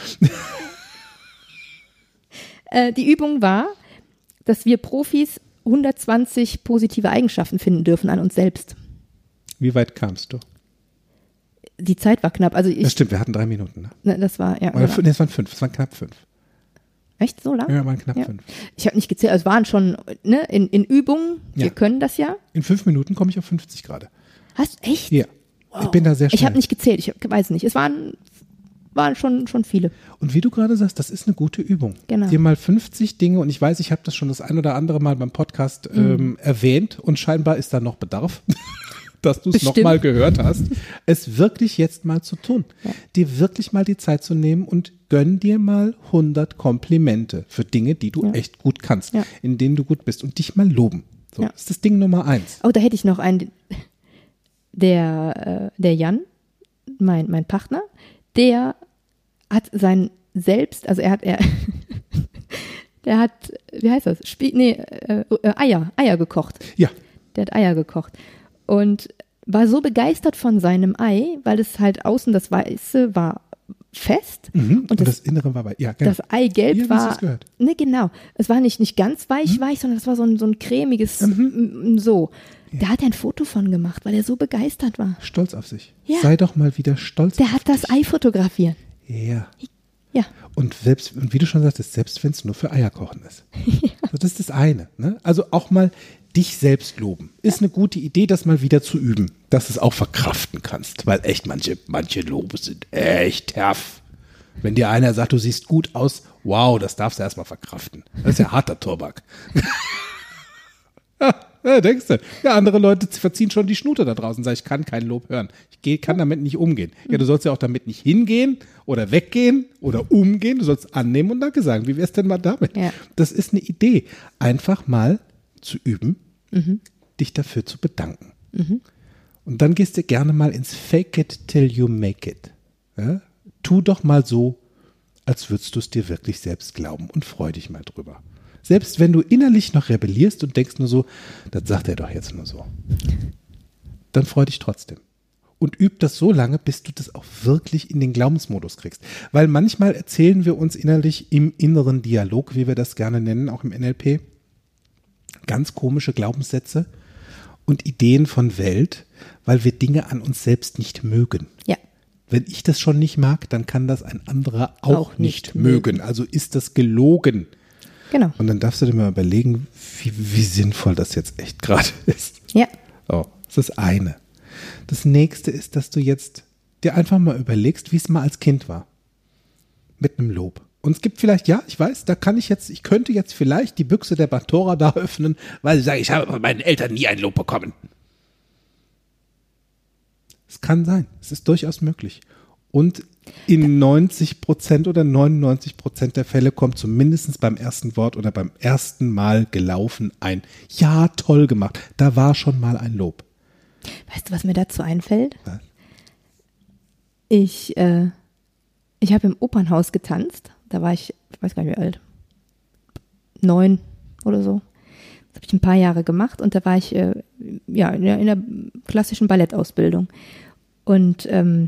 Äh, die Übung war, dass wir Profis hundertzwanzig positive Eigenschaften finden dürfen an uns selbst. Wie weit kamst du? Die Zeit war knapp. Also Das ich, stimmt, wir hatten drei Minuten. Ne? ne, das war, ja. Oder, genau. nee, es waren fünf, es waren knapp fünf. Echt so lang? Ja, waren knapp Ja. fünf. Ich habe nicht gezählt, also es waren schon ne, in, in Übungen, wir Ja. können das ja. In fünf Minuten komme ich auf fünfzig gerade. Hast du echt? Ja, ich bin da sehr schnell. Ich habe nicht gezählt, ich hab, weiß nicht. Es waren, waren schon, schon viele. Und wie du gerade sagst, das ist eine gute Übung. Genau. Dir mal fünfzig Dinge, und ich weiß, ich habe das schon das ein oder andere Mal beim Podcast Mhm. ähm, erwähnt und scheinbar ist da noch Bedarf, dass du es Bestimmt. nochmal gehört hast, es wirklich jetzt mal zu tun. Ja. Dir wirklich mal die Zeit zu nehmen und gönn dir mal hundert Komplimente für Dinge, die du Ja. echt gut kannst, Ja. in denen du gut bist und dich mal loben. So, Ja. das ist das Ding Nummer eins. Oh, da hätte ich noch einen, der, äh, der Jan, mein, mein Partner, der hat sein Selbst, also er hat, er, der hat, wie heißt das? Spie nee, äh, äh, Eier, Eier gekocht. Ja, Der hat Eier gekocht. Und war so begeistert von seinem Ei, weil es halt außen, das Weiße war fest. mhm. und, Und das, das- Innere war bei, ja, genau. Das Eigelb Ja, wie hast war, du's gehört? ne, genau. Es war nicht, nicht ganz weich, Mhm. weich, sondern es war so ein, so ein cremiges, m- m- so. Da hat er ein Foto von gemacht, weil er so begeistert war. Stolz auf sich. Ja. Sei doch mal wieder stolz Der auf hat das dich. Ei fotografiert. Ja. Ja. Und selbst, und wie du schon sagtest, selbst wenn es nur für Eierkochen ist. Das ist das eine. Ne? Also auch mal dich selbst loben. Ist eine gute Idee, das mal wieder zu üben, dass du es auch verkraften kannst. Weil echt manche, manche Lobe sind echt herf. Wenn dir einer sagt, du siehst gut aus, wow, das darfst du erstmal verkraften. Das ist ja harter Tobak. Ja, denkst du. Ja, andere Leute verziehen schon die Schnute da draußen und sagen, ich kann kein Lob hören. Ich geh, kann damit nicht umgehen. Ja, du sollst ja auch damit nicht hingehen oder weggehen oder umgehen. Du sollst annehmen und Danke sagen. Wie wär's denn mal damit? Ja. Das ist eine Idee. Einfach mal zu üben, Mhm. dich dafür zu bedanken. Mhm. Und dann gehst du gerne mal ins Fake it till you make it. Ja? Tu doch mal so, als würdest du es dir wirklich selbst glauben und freu dich mal drüber. Selbst wenn du innerlich noch rebellierst und denkst nur so, das sagt er doch jetzt nur so, dann freu dich trotzdem. Und üb das so lange, bis du das auch wirklich in den Glaubensmodus kriegst. Weil manchmal erzählen wir uns innerlich im inneren Dialog, wie wir das gerne nennen, auch im N L P, ganz komische Glaubenssätze und Ideen von Welt, weil wir Dinge an uns selbst nicht mögen. Ja. Wenn ich das schon nicht mag, dann kann das ein anderer auch, Auch nicht nicht mögen. Also ist das gelogen. Genau. Und dann darfst du dir mal überlegen, wie, wie sinnvoll das jetzt echt gerade ist. Ja. Oh, das ist das eine. Das nächste ist, dass du jetzt dir einfach mal überlegst, wie es mal als Kind war. Mit einem Lob. Und es gibt vielleicht, ja, ich weiß, da kann ich jetzt, ich könnte jetzt vielleicht die Büchse der Pandora da öffnen, weil ich sage, ich habe von meinen Eltern nie ein Lob bekommen. Es kann sein, es ist durchaus möglich. Und in neunzig Prozent oder neunundneunzig Prozent der Fälle kommt zumindest beim ersten Wort oder beim ersten Mal gelaufen ein Ja, toll gemacht. Da war schon mal ein Lob. Weißt du, was mir dazu einfällt? Was? Ich, äh, ich habe im Opernhaus getanzt. Da war ich, ich weiß gar nicht wie alt, neun oder so. Das habe ich ein paar Jahre gemacht und da war ich äh, ja, in der, in der klassischen Ballettausbildung. Und ähm,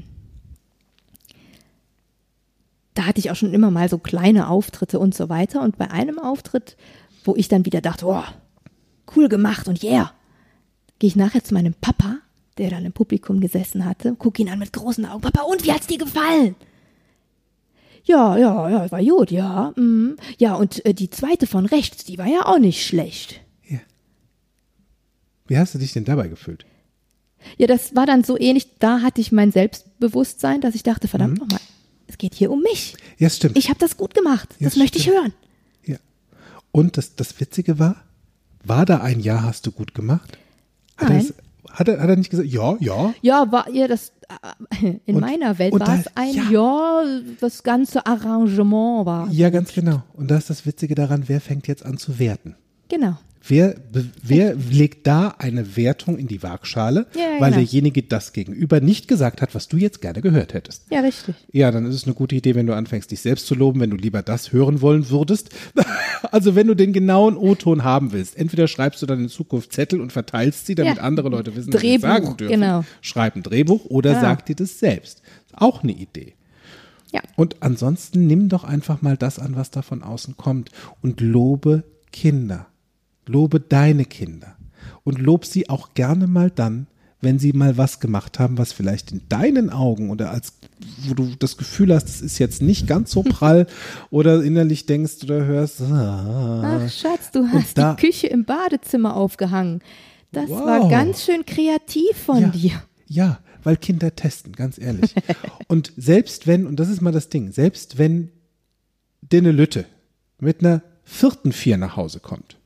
da hatte ich auch schon immer mal so kleine Auftritte und so weiter. Und bei einem Auftritt, wo ich dann wieder dachte, oh, cool gemacht und yeah, gehe ich nachher zu meinem Papa, der dann im Publikum gesessen hatte, gucke ihn an mit großen Augen. Papa, und wie hat's dir gefallen? Ja, ja, ja, war gut, ja. Mm. Ja, und äh, die zweite von rechts, die war ja auch nicht schlecht. Ja. Wie hast du dich denn dabei gefühlt? Ja, das war dann so ähnlich, da hatte ich mein Selbstbewusstsein, dass ich dachte, verdammt Mhm. nochmal, es geht hier um mich. Ja, stimmt. Ich habe das gut gemacht, Ja, das möchte ich stimmt. hören. Ja. Und das, das Witzige war, war da ein Ja, hast du gut gemacht? Hat Nein. Er das, hat, er, hat er nicht gesagt, ja, ja? Ja, war ja das äh, in Und- meiner Welt und war da- es ein ja. ja. das ganze Arrangement war. Ja, ganz genau. Und da ist das Witzige daran, wer fängt jetzt an zu werten? Genau. Wer, be- wer legt da eine Wertung in die Waagschale, Ja, ja, weil genau. derjenige das gegenüber nicht gesagt hat, was du jetzt gerne gehört hättest? Ja, richtig. Ja, dann ist es eine gute Idee, wenn du anfängst, dich selbst zu loben, wenn du lieber das hören wollen würdest. Also wenn du den genauen O-Ton haben willst, entweder schreibst du dann in Zukunft Zettel und verteilst sie, damit Ja. andere Leute wissen, was sie Drehbuch, sagen dürfen. genau. Schreib ein Drehbuch oder Genau. sag dir das selbst. Ist auch eine Idee. Ja. Und ansonsten nimm doch einfach mal das an, was da von außen kommt und lobe Kinder. Lobe deine Kinder. Und lob sie auch gerne mal dann, wenn sie mal was gemacht haben, was vielleicht in deinen Augen oder als, wo du das Gefühl hast, es ist jetzt nicht ganz so prall oder innerlich denkst oder hörst, ah, Ach, Schatz, du hast da- die Küche im Badezimmer aufgehangen. Das Wow. war ganz schön kreativ von ja, dir. Ja, weil Kinder testen, ganz ehrlich. Und selbst wenn, und das ist mal das Ding, selbst wenn dir eine Lütte mit einer vierten Vier nach Hause kommt,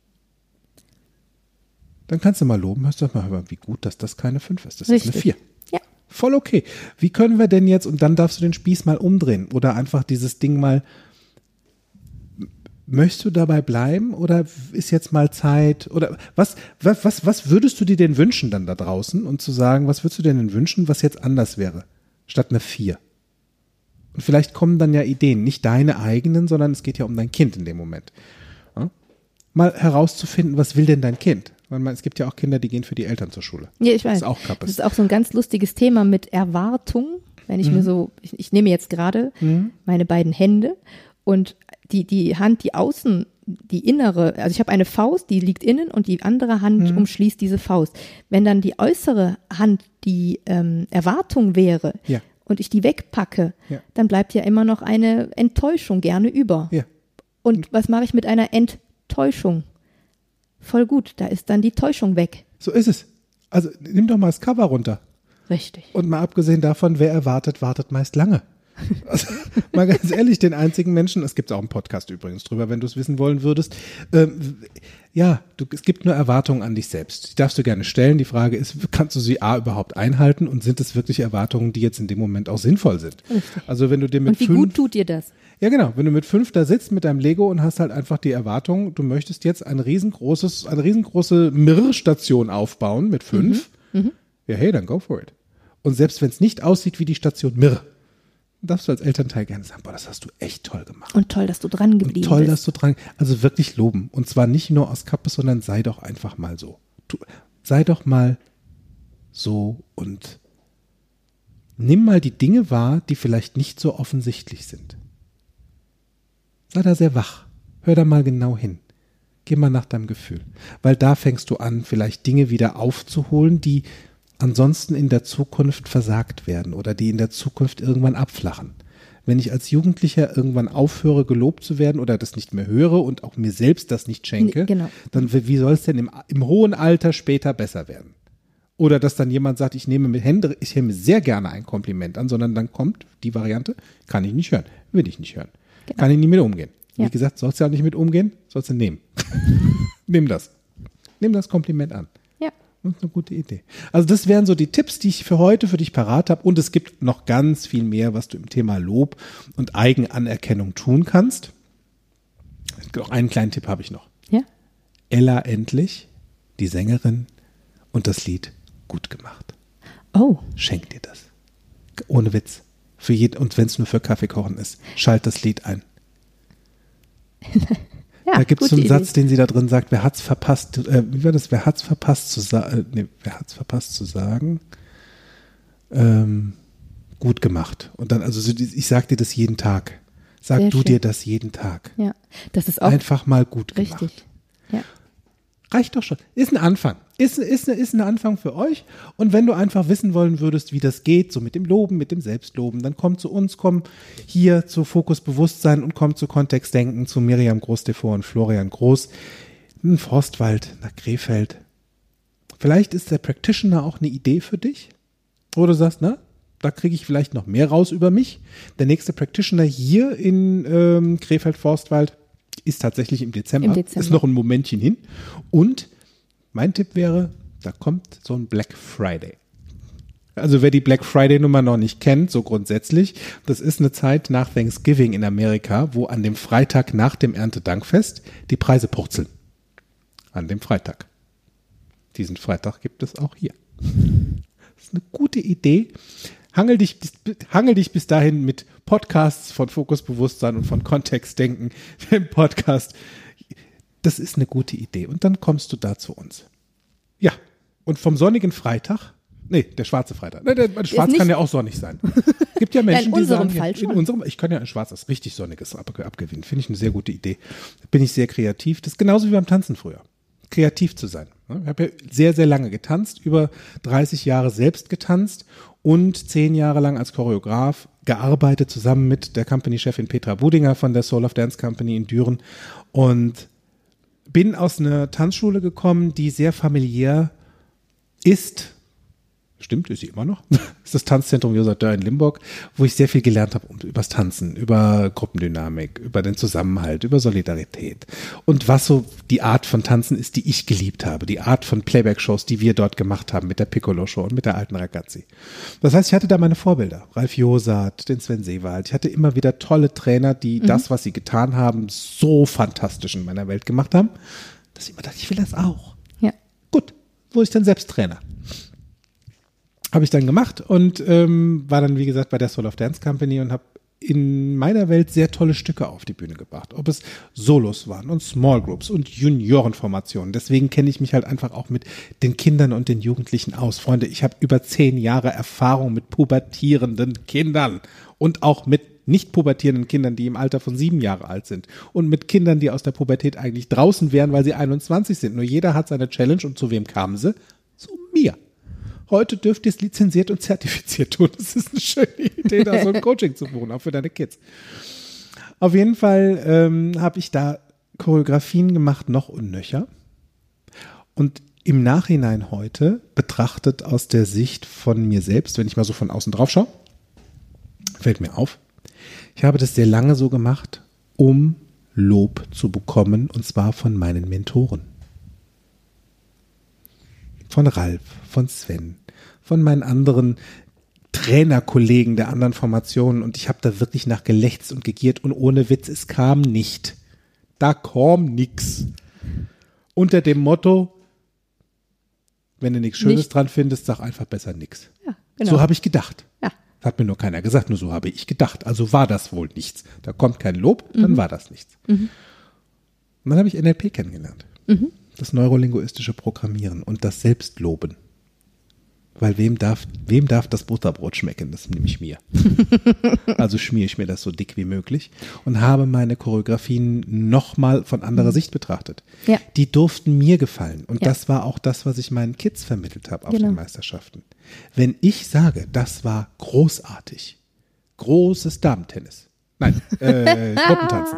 dann kannst du mal loben, hörst du mal, wie gut, dass das keine fünf ist. Das Richtig. ist eine vier. Ja. Voll okay. Wie können wir denn jetzt, und dann darfst du den Spieß mal umdrehen oder einfach dieses Ding mal, möchtest du dabei bleiben oder ist jetzt mal Zeit oder was, was, was, was würdest du dir denn wünschen dann da draußen und zu sagen, was würdest du dir denn wünschen, was jetzt anders wäre, statt eine vier? Und vielleicht kommen dann ja Ideen, nicht deine eigenen, sondern es geht ja um dein Kind in dem Moment. Ja? Mal herauszufinden, was will denn dein Kind? Weil man, es gibt ja auch Kinder, die gehen für die Eltern zur Schule. Ja, ich weiß. Das ist auch Kappes. Das ist auch so ein ganz lustiges Thema mit Erwartung. Wenn ich Mhm. mir so, ich, ich nehme jetzt gerade meine beiden Hände und die, die Hand, die außen, die innere, also ich habe eine Faust, die liegt innen und die andere Hand Mhm. umschließt diese Faust. Wenn dann die äußere Hand die ähm, Erwartung wäre Ja. und ich die wegpacke, Ja. dann bleibt ja immer noch eine Enttäuschung gerne über. Ja. Und was mache ich mit einer Enttäuschung? voll gut. Da ist dann die Täuschung weg. So ist es. Also nimm doch mal das Cover runter. Richtig. Und mal abgesehen davon, wer erwartet, wartet meist lange. Also, mal ganz ehrlich, den einzigen Menschen, es gibt auch einen Podcast übrigens drüber, wenn du es wissen wollen würdest, ähm, ja, du, es gibt nur Erwartungen an dich selbst. Die darfst du gerne stellen. Die Frage ist, kannst du sie A überhaupt einhalten und sind es wirklich Erwartungen, die jetzt in dem Moment auch sinnvoll sind? Richtig. Also wenn du dir mit Und wie fünf, gut tut dir das? Ja genau, wenn du mit fünf da sitzt mit deinem Lego und hast halt einfach die Erwartung, du möchtest jetzt ein riesengroßes, eine riesengroße Mirror-Station aufbauen mit fünf, Mhm. Mhm. ja hey, dann go for it. Und selbst wenn es nicht aussieht wie die Station Mirror, darfst du als Elternteil gerne sagen, boah, das hast du echt toll gemacht. Und toll, dass du dran geblieben Und toll, bist. dass du dran, also wirklich loben. Und zwar nicht nur aus Kappe, sondern sei doch einfach mal so. Du, sei doch mal so und nimm mal die Dinge wahr, die vielleicht nicht so offensichtlich sind. Sei da sehr wach. Hör da mal genau hin. Geh mal nach deinem Gefühl. Weil da fängst du an, vielleicht Dinge wieder aufzuholen, die ansonsten in der Zukunft versagt werden oder die in der Zukunft irgendwann abflachen. Wenn ich als Jugendlicher irgendwann aufhöre, gelobt zu werden oder das nicht mehr höre und auch mir selbst das nicht schenke, Genau. dann wie soll es denn im, im hohen Alter später besser werden? Oder dass dann jemand sagt, ich nehme mit Händen, ich nehme sehr gerne ein Kompliment an, sondern dann kommt die Variante, kann ich nicht hören, will ich nicht hören, Genau. kann ich nicht mit umgehen. Ja. Wie gesagt, sollst du ja nicht mit umgehen, sollst du nehmen. Nimm das. Nimm das Kompliment an. Ja. Das ist eine gute Idee. Also das wären so die Tipps, die ich für heute für dich parat habe. Und es gibt noch ganz viel mehr, was du im Thema Lob und Eigenanerkennung tun kannst. Auch einen kleinen Tipp habe ich noch. Ja. Ella Endlich, die Sängerin, und das Lied Gut gemacht. Oh. Schenk dir das. Ohne Witz. Für jeden, und wenn es nur für Kaffee kochen ist, schalt das Lied ein. Ja, Da gibt es so einen gute Satz, Idee. den sie da drin sagt, wer hat's verpasst, äh, wie war das, wer hat's verpasst zu sagen, nee, wer hat's verpasst zu sagen? Ähm, gut gemacht. Und dann, also so, die- ich sag dir das jeden Tag. Sag Sehr du schön. dir das jeden Tag. Ja. Das ist auch Einfach mal gut gemacht. richtig. Ja. Reicht doch schon. Ist ein Anfang. Ist, ist, ist ein Anfang für euch. Und wenn du einfach wissen wollen würdest, wie das geht, so mit dem Loben, mit dem Selbstloben, dann komm zu uns, komm hier zu Fokus Bewusstsein und komm zu Kontextdenken, zu Miriam Groß-Devor und Florian Groß in Forstwald nach Krefeld. Vielleicht ist der Practitioner auch eine Idee für dich. Oder du sagst, na, da kriege ich vielleicht noch mehr raus über mich. Der nächste Practitioner hier in ähm, Krefeld-Forstwald ist tatsächlich im Dezember. Im Dezember. Ist noch ein Momentchen hin. Und mein Tipp wäre, da kommt so ein Black Friday. Also wer die Black Friday-Nummer noch nicht kennt, so grundsätzlich, das ist eine Zeit nach Thanksgiving in Amerika, wo an dem Freitag nach dem Erntedankfest die Preise purzeln. An dem Freitag. Diesen Freitag gibt es auch hier. Das ist eine gute Idee. Hangel dich, bis- hangel dich bis dahin mit Podcasts von Fokus Bewusstsein und von Kontextdenken im Podcast. Das ist eine gute Idee. Und dann kommst du da zu uns. Ja. Und vom sonnigen Freitag, nee, der schwarze Freitag. Nee, der, der Schwarz nicht- kann ja auch sonnig sein. Gibt ja Menschen, Ja, in unserem die sagen, Fall ja, in schon. unserem, ich kann ja ein schwarzes, richtig sonniges ab, abgewinnen. Finde ich eine sehr gute Idee. Bin ich sehr kreativ. Das ist genauso wie beim Tanzen früher. Kreativ zu sein. Ich habe ja sehr, sehr lange getanzt, über dreißig Jahre selbst getanzt und zehn Jahre lang als Choreograf gearbeitet, zusammen mit der Company-Chefin Petra Budinger von der Soul of Dance Company in Düren und bin aus einer Tanzschule gekommen, die sehr familiär ist. Stimmt, ist sie immer noch. Das ist das Tanzzentrum Josef Dörr in Limburg, wo ich sehr viel gelernt habe über das Tanzen, über Gruppendynamik, über den Zusammenhalt, über Solidarität. Und was so die Art von Tanzen ist, die ich geliebt habe. Die Art von Playback-Shows, die wir dort gemacht haben mit der Piccolo-Show und mit der alten Ragazzi. Das heißt, ich hatte da meine Vorbilder. Ralf Josat, den Sven Seewald. Ich hatte immer wieder tolle Trainer, die das, was sie getan haben, so fantastisch in meiner Welt gemacht haben, dass ich immer dachte, ich will das auch. Ja. Gut, wurde ich dann selbst Trainer. Habe ich dann gemacht und ähm, war dann, wie gesagt, bei der Soul of Dance Company und habe in meiner Welt sehr tolle Stücke auf die Bühne gebracht. Ob es Solos waren und Small Groups und Juniorenformationen. Deswegen kenne ich mich halt einfach auch mit den Kindern und den Jugendlichen aus. Freunde, ich habe über zehn Jahre Erfahrung mit pubertierenden Kindern und auch mit nicht pubertierenden Kindern, die im Alter von sieben Jahre alt sind und mit Kindern, die aus der Pubertät eigentlich draußen wären, weil sie einundzwanzig sind. Nur jeder hat seine Challenge und zu wem kamen sie? Zu mir. Heute dürft ihr es lizenziert und zertifiziert tun. Das ist eine schöne Idee, da so ein Coaching zu buchen, auch für deine Kids. Auf jeden Fall ähm, habe ich da Choreografien gemacht, noch und nöcher. Und im Nachhinein heute, betrachtet aus der Sicht von mir selbst, wenn ich mal so von außen drauf schaue, fällt mir auf, ich habe das sehr lange so gemacht, um Lob zu bekommen, und zwar von meinen Mentoren. Von Ralf, von Sven, von meinen anderen Trainerkollegen der anderen Formationen, und ich habe da wirklich nach gelächzt und gegiert und ohne Witz, es kam nicht. Da kam nix. Unter dem Motto, wenn du nichts Schönes nicht dran findest, sag einfach besser nix. Ja, genau. So habe ich gedacht. Ja. Hat mir nur keiner gesagt, nur so habe ich gedacht. Also war das wohl nichts. Da kommt kein Lob, dann mhm. war das nichts. Mhm. Und dann habe ich N L P kennengelernt. Mhm. Das neurolinguistische Programmieren und das Selbstloben. Weil wem darf, wem darf das Butterbrot schmecken? Das nehme ich mir. Also schmiere ich mir das so dick wie möglich und habe meine Choreografien nochmal von anderer mhm. Sicht betrachtet. Ja. Die durften mir gefallen. Und ja. das war auch das, was ich meinen Kids vermittelt habe auf genau. den Meisterschaften. Wenn ich sage, das war großartig, großes Damentennis, nein, äh, Gruppentanzen,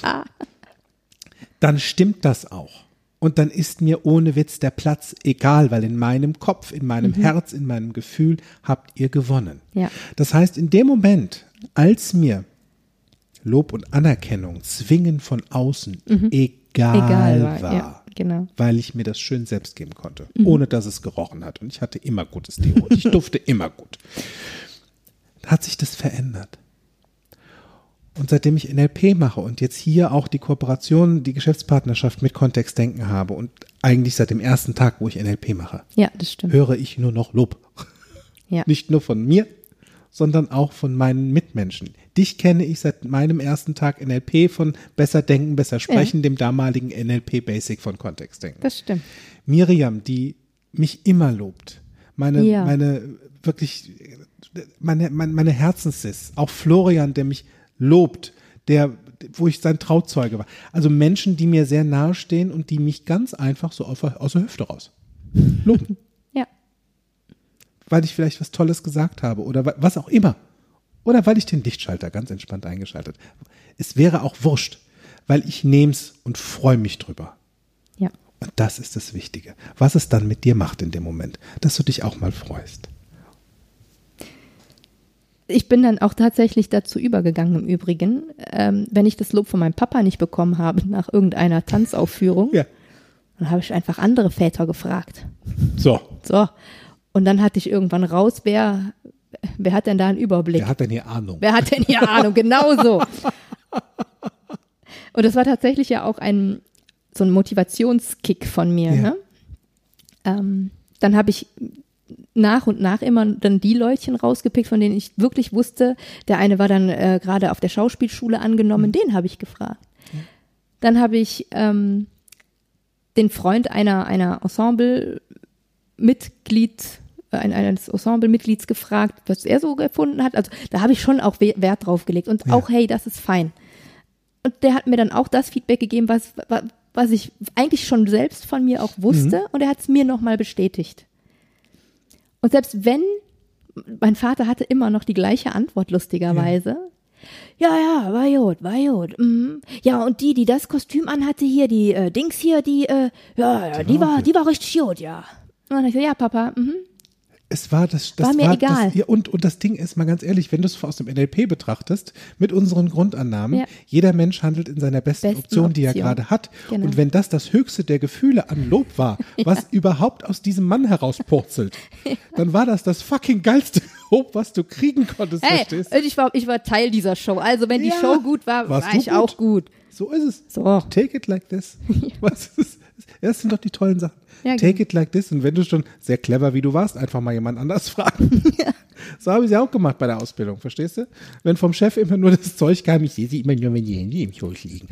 dann stimmt das auch. Und dann ist mir ohne Witz der Platz egal, weil in meinem Kopf, in meinem mhm. Herz, in meinem Gefühl habt ihr gewonnen. Ja. Das heißt, in dem Moment, als mir Lob und Anerkennung zwingen von außen mhm. egal, egal war, war ja, genau. weil ich mir das schön selbst geben konnte, mhm. ohne dass es gerochen hat. Und ich hatte immer gutes Deo und ich durfte immer gut. Hat sich das verändert. Und seitdem ich N L P mache und jetzt hier auch die Kooperation, die Geschäftspartnerschaft mit Kontextdenken habe und eigentlich seit dem ersten Tag, wo ich N L P mache, ja, das stimmt. höre ich nur noch Lob. Ja. Nicht nur von mir, sondern auch von meinen Mitmenschen. Dich kenne ich seit meinem ersten Tag N L P von Besser Denken, Besser Sprechen, ja. dem damaligen N L P Basic von Kontextdenken. Das stimmt. Miriam, die mich immer lobt. Meine, ja. meine wirklich, meine, meine, meine Herzenssis. Auch Florian, der mich lobt, der, wo ich sein Trauzeuge war. Also Menschen, die mir sehr nahe stehen und die mich ganz einfach so aus, aus der Hüfte raus loben. Ja. Weil ich vielleicht was Tolles gesagt habe oder was auch immer. Oder weil ich den Lichtschalter ganz entspannt eingeschaltet habe. Es wäre auch wurscht, weil ich nehm's und freue mich drüber. Ja. Und das ist das Wichtige. Was es dann mit dir macht in dem Moment, dass du dich auch mal freust. Ich bin dann auch tatsächlich dazu übergegangen im Übrigen, ähm, wenn ich das Lob von meinem Papa nicht bekommen habe nach irgendeiner Tanzaufführung, ja. dann habe ich einfach andere Väter gefragt. So. So. Und dann hatte ich irgendwann raus, wer, wer hat denn da einen Überblick? Wer hat denn hier Ahnung? Wer hat denn hier Ahnung? Genau so. Und das war tatsächlich ja auch ein, so ein Motivationskick von mir. Ja. Ne? Ähm, dann habe ich nach und nach immer dann die Leutchen rausgepickt, von denen ich wirklich wusste, der eine war dann äh, gerade auf der Schauspielschule angenommen, mhm. den habe ich gefragt. Ja. Dann habe ich ähm, den Freund einer, einer Ensemble-Mitglied, äh, eines Ensemble-Mitglieds gefragt, was er so gefunden hat. Also da habe ich schon auch Wert drauf gelegt und ja. auch, hey, das ist fein. Und der hat mir dann auch das Feedback gegeben, was, was ich eigentlich schon selbst von mir auch wusste, mhm. und er hat es mir nochmal bestätigt. Und selbst wenn, mein Vater hatte immer noch die gleiche Antwort, lustigerweise. Ja, ja, ja war gut, war gut. Mhm. Ja, und die, die das Kostüm anhatte hier, die äh, Dings hier, die, äh, ja, ja, die, die war, die war richtig gut, ja. Und dann ich so, ja, Papa, mhm. Es war das, das war mir war egal. Das, ja, und, und das Ding ist, mal ganz ehrlich, wenn du es aus dem N L P betrachtest, mit unseren Grundannahmen, ja. jeder Mensch handelt in seiner besten, besten Option, Option, die er gerade hat. Genau. Und wenn das das höchste der Gefühle an Lob war, ja. was überhaupt aus diesem Mann herauspurzelt, ja. dann war das das fucking geilste Lob, was du kriegen konntest, hey, verstehst du? Ich war, ich war Teil dieser Show. Also wenn die ja. Show gut war, Warst war ich gut? auch gut. So ist es. So. Take it like this. Was ist, das sind doch die tollen Sachen. Ja, Take genau. it like this. Und wenn du schon sehr clever wie du warst, einfach mal jemand anders fragen. Ja. So habe ich es ja auch gemacht bei der Ausbildung, verstehst du? Wenn vom Chef immer nur das Zeug kam, ich sehe sie immer nur, wenn die Handy im Schoß liegen.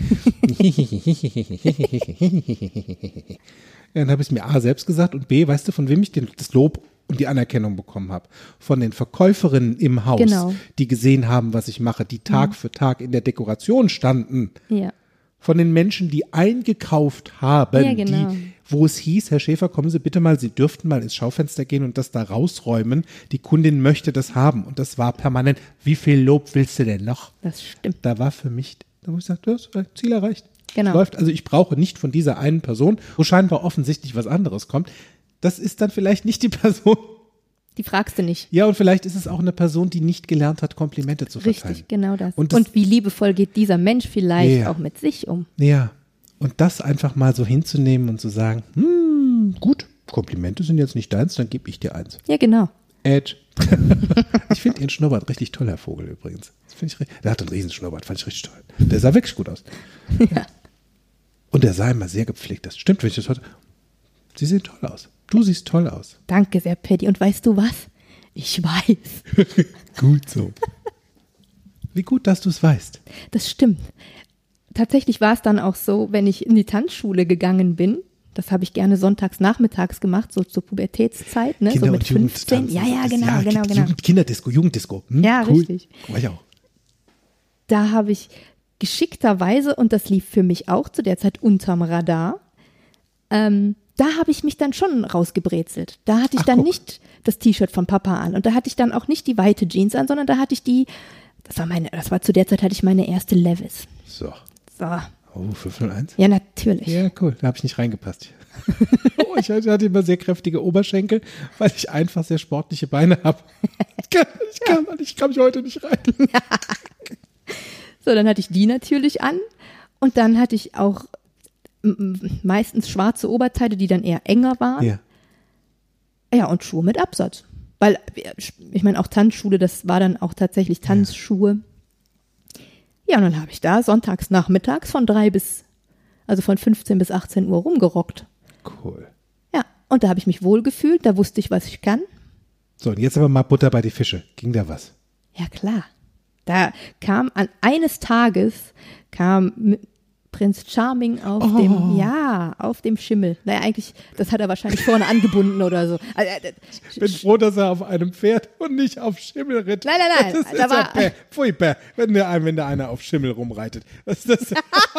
Ja, dann habe ich es mir A selbst gesagt und B, weißt du, von wem ich den, das Lob und die Anerkennung bekommen habe? Von den Verkäuferinnen im Haus, genau. die gesehen haben, was ich mache, die Tag mhm. für Tag in der Dekoration standen. Ja. Von den Menschen, die eingekauft haben, ja, genau. die, wo es hieß, Herr Schäfer, kommen Sie bitte mal, Sie dürften mal ins Schaufenster gehen und das da rausräumen. Die Kundin möchte das haben. Und das war permanent. Wie viel Lob willst du denn noch? Das stimmt. Da war für mich, da habe ich gesagt, du hast Ziel erreicht. Genau. Läuft, also ich brauche nicht von dieser einen Person, wo scheinbar offensichtlich was anderes kommt. Das ist dann vielleicht nicht die Person. Die fragst du nicht. Ja, und vielleicht ist es auch eine Person, die nicht gelernt hat, Komplimente zu verteilen. Richtig, genau das. Und, Und, das, wie liebevoll geht dieser Mensch vielleicht Ja. auch mit sich um? ja, und das einfach mal so hinzunehmen und zu sagen, hm, gut, Komplimente sind jetzt nicht deins, dann gebe ich dir eins. Ja, genau. Edge. Ich finde ihren Schnurrbart richtig toll, Herr Vogel, übrigens. Das finde ich, der hat einen riesen Schnurrbart, fand ich richtig toll. Der sah wirklich gut aus. Ja. Und der sah immer sehr gepflegt. Das stimmt, wenn ich das heute. Sie sehen toll aus. Du siehst toll aus. Danke sehr, Paddy. Und weißt du was? Ich weiß. Gut so. Wie gut, dass du es weißt. Das stimmt. Tatsächlich war es dann auch so, wenn ich in die Tanzschule gegangen bin, das habe ich gerne sonntags nachmittags gemacht, so zur Pubertätszeit, ne? Kinder- so mit und fünfzehn. Jugendtanzen. Ja, ja, Das- genau, ja, genau, genau. Jugend, Kinderdisco, Jugenddisco. Hm, Ja, cool. richtig. War ich auch. Da habe ich geschickterweise, und das lief für mich auch zu der Zeit unterm Radar, ähm, da habe ich mich dann schon rausgebrezelt. Da hatte ich Ach, dann guck. nicht das T-Shirt vom Papa an und da hatte ich dann auch nicht die weite Jeans an, sondern da hatte ich die, das war meine, das war zu der Zeit hatte ich meine erste Levis. So. So, Oh, fünf null eins? ja natürlich. Ja, cool. Da habe ich nicht reingepasst. Oh, ich hatte immer sehr kräftige Oberschenkel, weil ich einfach sehr sportliche Beine habe. Ich kann, ich kann, ich kann mich heute nicht rein. So, dann hatte ich die natürlich an und dann hatte ich auch m- m- meistens schwarze Oberteile, die dann eher enger waren. Ja. Ja, und Schuhe mit Absatz. Weil, ich meine, auch Tanzschule, das war dann auch tatsächlich Tanzschuhe. Ja, und dann habe ich da sonntags nachmittags von drei bis, also von fünfzehn bis achtzehn Uhr rumgerockt. Cool. Ja, und da habe ich mich wohlgefühlt, da wusste ich, was ich kann. So, und jetzt aber mal Butter bei die Fische. Ging da was? Ja, klar. Da kam an eines Tages, kam M- Prinz Charming auf Oh. dem, ja, auf dem Schimmel. Naja, eigentlich, das hat er wahrscheinlich vorne angebunden oder so. Also, äh, Ich bin froh, dass er auf einem Pferd und nicht auf Schimmel ritt. Nein, nein, nein, Das ist da ja war- bäh. Pfui, bäh. Wenn der, wenn der einer auf Schimmel rumreitet. Das, das,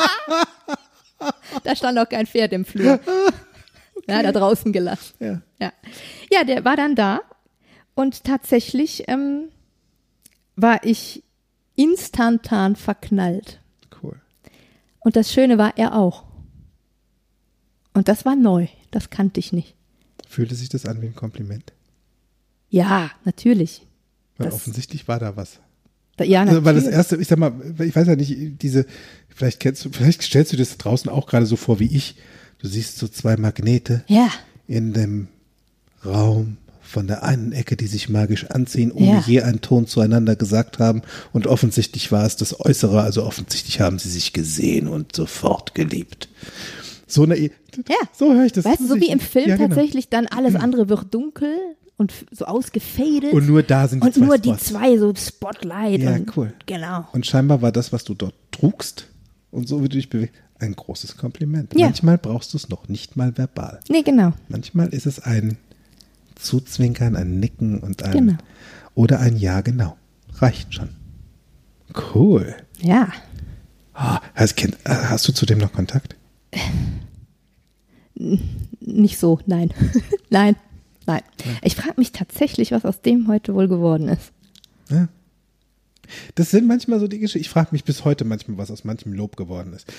Da stand auch kein Pferd im Flur. Ja, hat er draußen gelassen. ja. Ja. Ja, der war dann da und tatsächlich ähm, war ich instantan verknallt. Cool. Und das Schöne war, er auch. Und das war neu, das kannte ich nicht. Fühlte sich das an wie ein Kompliment? Ja, natürlich. Weil Das- offensichtlich war da was. Da, ja, Also, weil das natürlich. erste, ich sag mal, ich weiß ja nicht, diese, vielleicht kennst du, vielleicht stellst du dir das draußen auch gerade so vor wie ich. Du siehst so zwei Magnete Ja, in dem Raum von der einen Ecke, die sich magisch anziehen, ohne Ja. je einen Ton zueinander gesagt haben. Und offensichtlich war es das Äußere, also offensichtlich haben sie sich gesehen und sofort geliebt. So eine, E- Ja. so höre ich das. weißt du, so wie im Film Ja, genau. tatsächlich dann alles andere wird dunkel und f- so ausgefadet. Und nur da sind die Und zwei nur die Spots. zwei so Spotlight. Ja, und, cool. Genau. Und scheinbar war das, was du dort trugst und so wie du dich bewegst, ein großes Kompliment. Ja. Manchmal brauchst du es noch nicht mal verbal. Nee, genau. Manchmal ist es ein Zuzwinkern, ein Nicken und ein Genau. oder ein Ja, genau. Reicht schon. Cool. Ja. Ah, hast, kind, äh, hast du zu dem noch Kontakt? Nicht so, nein. nein, nein. Ich frage mich tatsächlich, was aus dem heute wohl geworden ist. Ja. Das sind manchmal so die Geschichten. Ich frage mich bis heute manchmal, was aus manchem Lob geworden ist.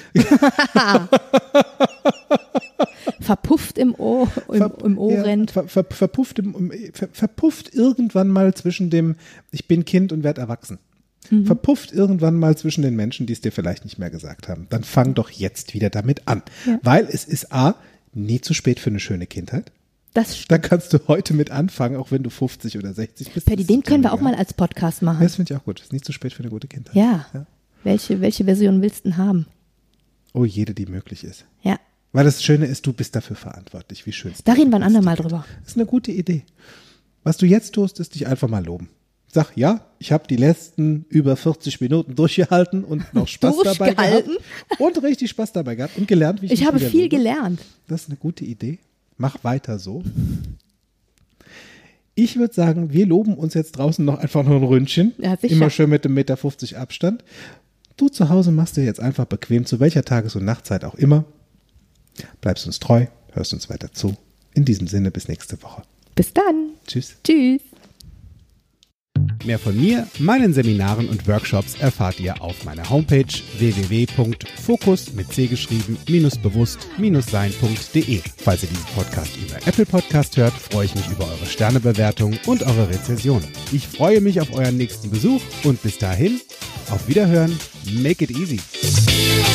Verpufft im Ohr, im, Ver- im Ohr ja, rennt. ver, ver, verpufft, im, im- ver, verpufft irgendwann mal zwischen dem Ich bin Kind und werd erwachsen. Mhm. Verpufft irgendwann mal zwischen den Menschen, die es dir vielleicht nicht mehr gesagt haben. Dann fang doch jetzt wieder damit an. Ja. Weil es ist A, nie zu spät für eine schöne Kindheit. Das stimmt. Da kannst du heute mit anfangen, auch wenn du fünfzig oder sechzig bist. Paddy, Das den ist können wir auch egal. mal als Podcast Ja, machen. das finde ich auch gut. Es ist nie zu spät für eine gute Kindheit. Ja. Ja. Welche, welche Version willst du denn haben? Oh, jede, die möglich ist. Ja. Weil das Schöne ist, du bist dafür verantwortlich. Wie schön. Da reden wir ein andermal drüber. Das ist eine gute Idee. Was du jetzt tust, ist dich einfach mal loben. Sag, ja, ich habe die letzten über vierzig Minuten durchgehalten und noch Spaß dabei gehabt. Durchgehalten? Und richtig Spaß dabei gehabt und gelernt, wie ich Ich mich habe wieder viel lobe. gelernt. Das ist eine gute Idee. Mach weiter so. Ich würde sagen, wir loben uns jetzt draußen noch einfach nur ein Ründchen. Ja, sicher. Immer schön mit dem Meter fünfzig Abstand. Du zu Hause machst dir jetzt einfach bequem, zu welcher Tages- und Nachtzeit auch immer. Bleibst uns treu, hörst uns weiter zu. In diesem Sinne, bis nächste Woche. Bis dann. Tschüss. Tschüss. Mehr von mir, meinen Seminaren und Workshops erfahrt ihr auf meiner Homepage w w w punkt fokus mit c geschrieben minus bewusst minus sein punkt de. Falls ihr diesen Podcast über Apple Podcast hört, freue ich mich über eure Sternebewertung und eure Rezension. Ich freue mich auf euren nächsten Besuch und bis dahin, auf Wiederhören, make it easy.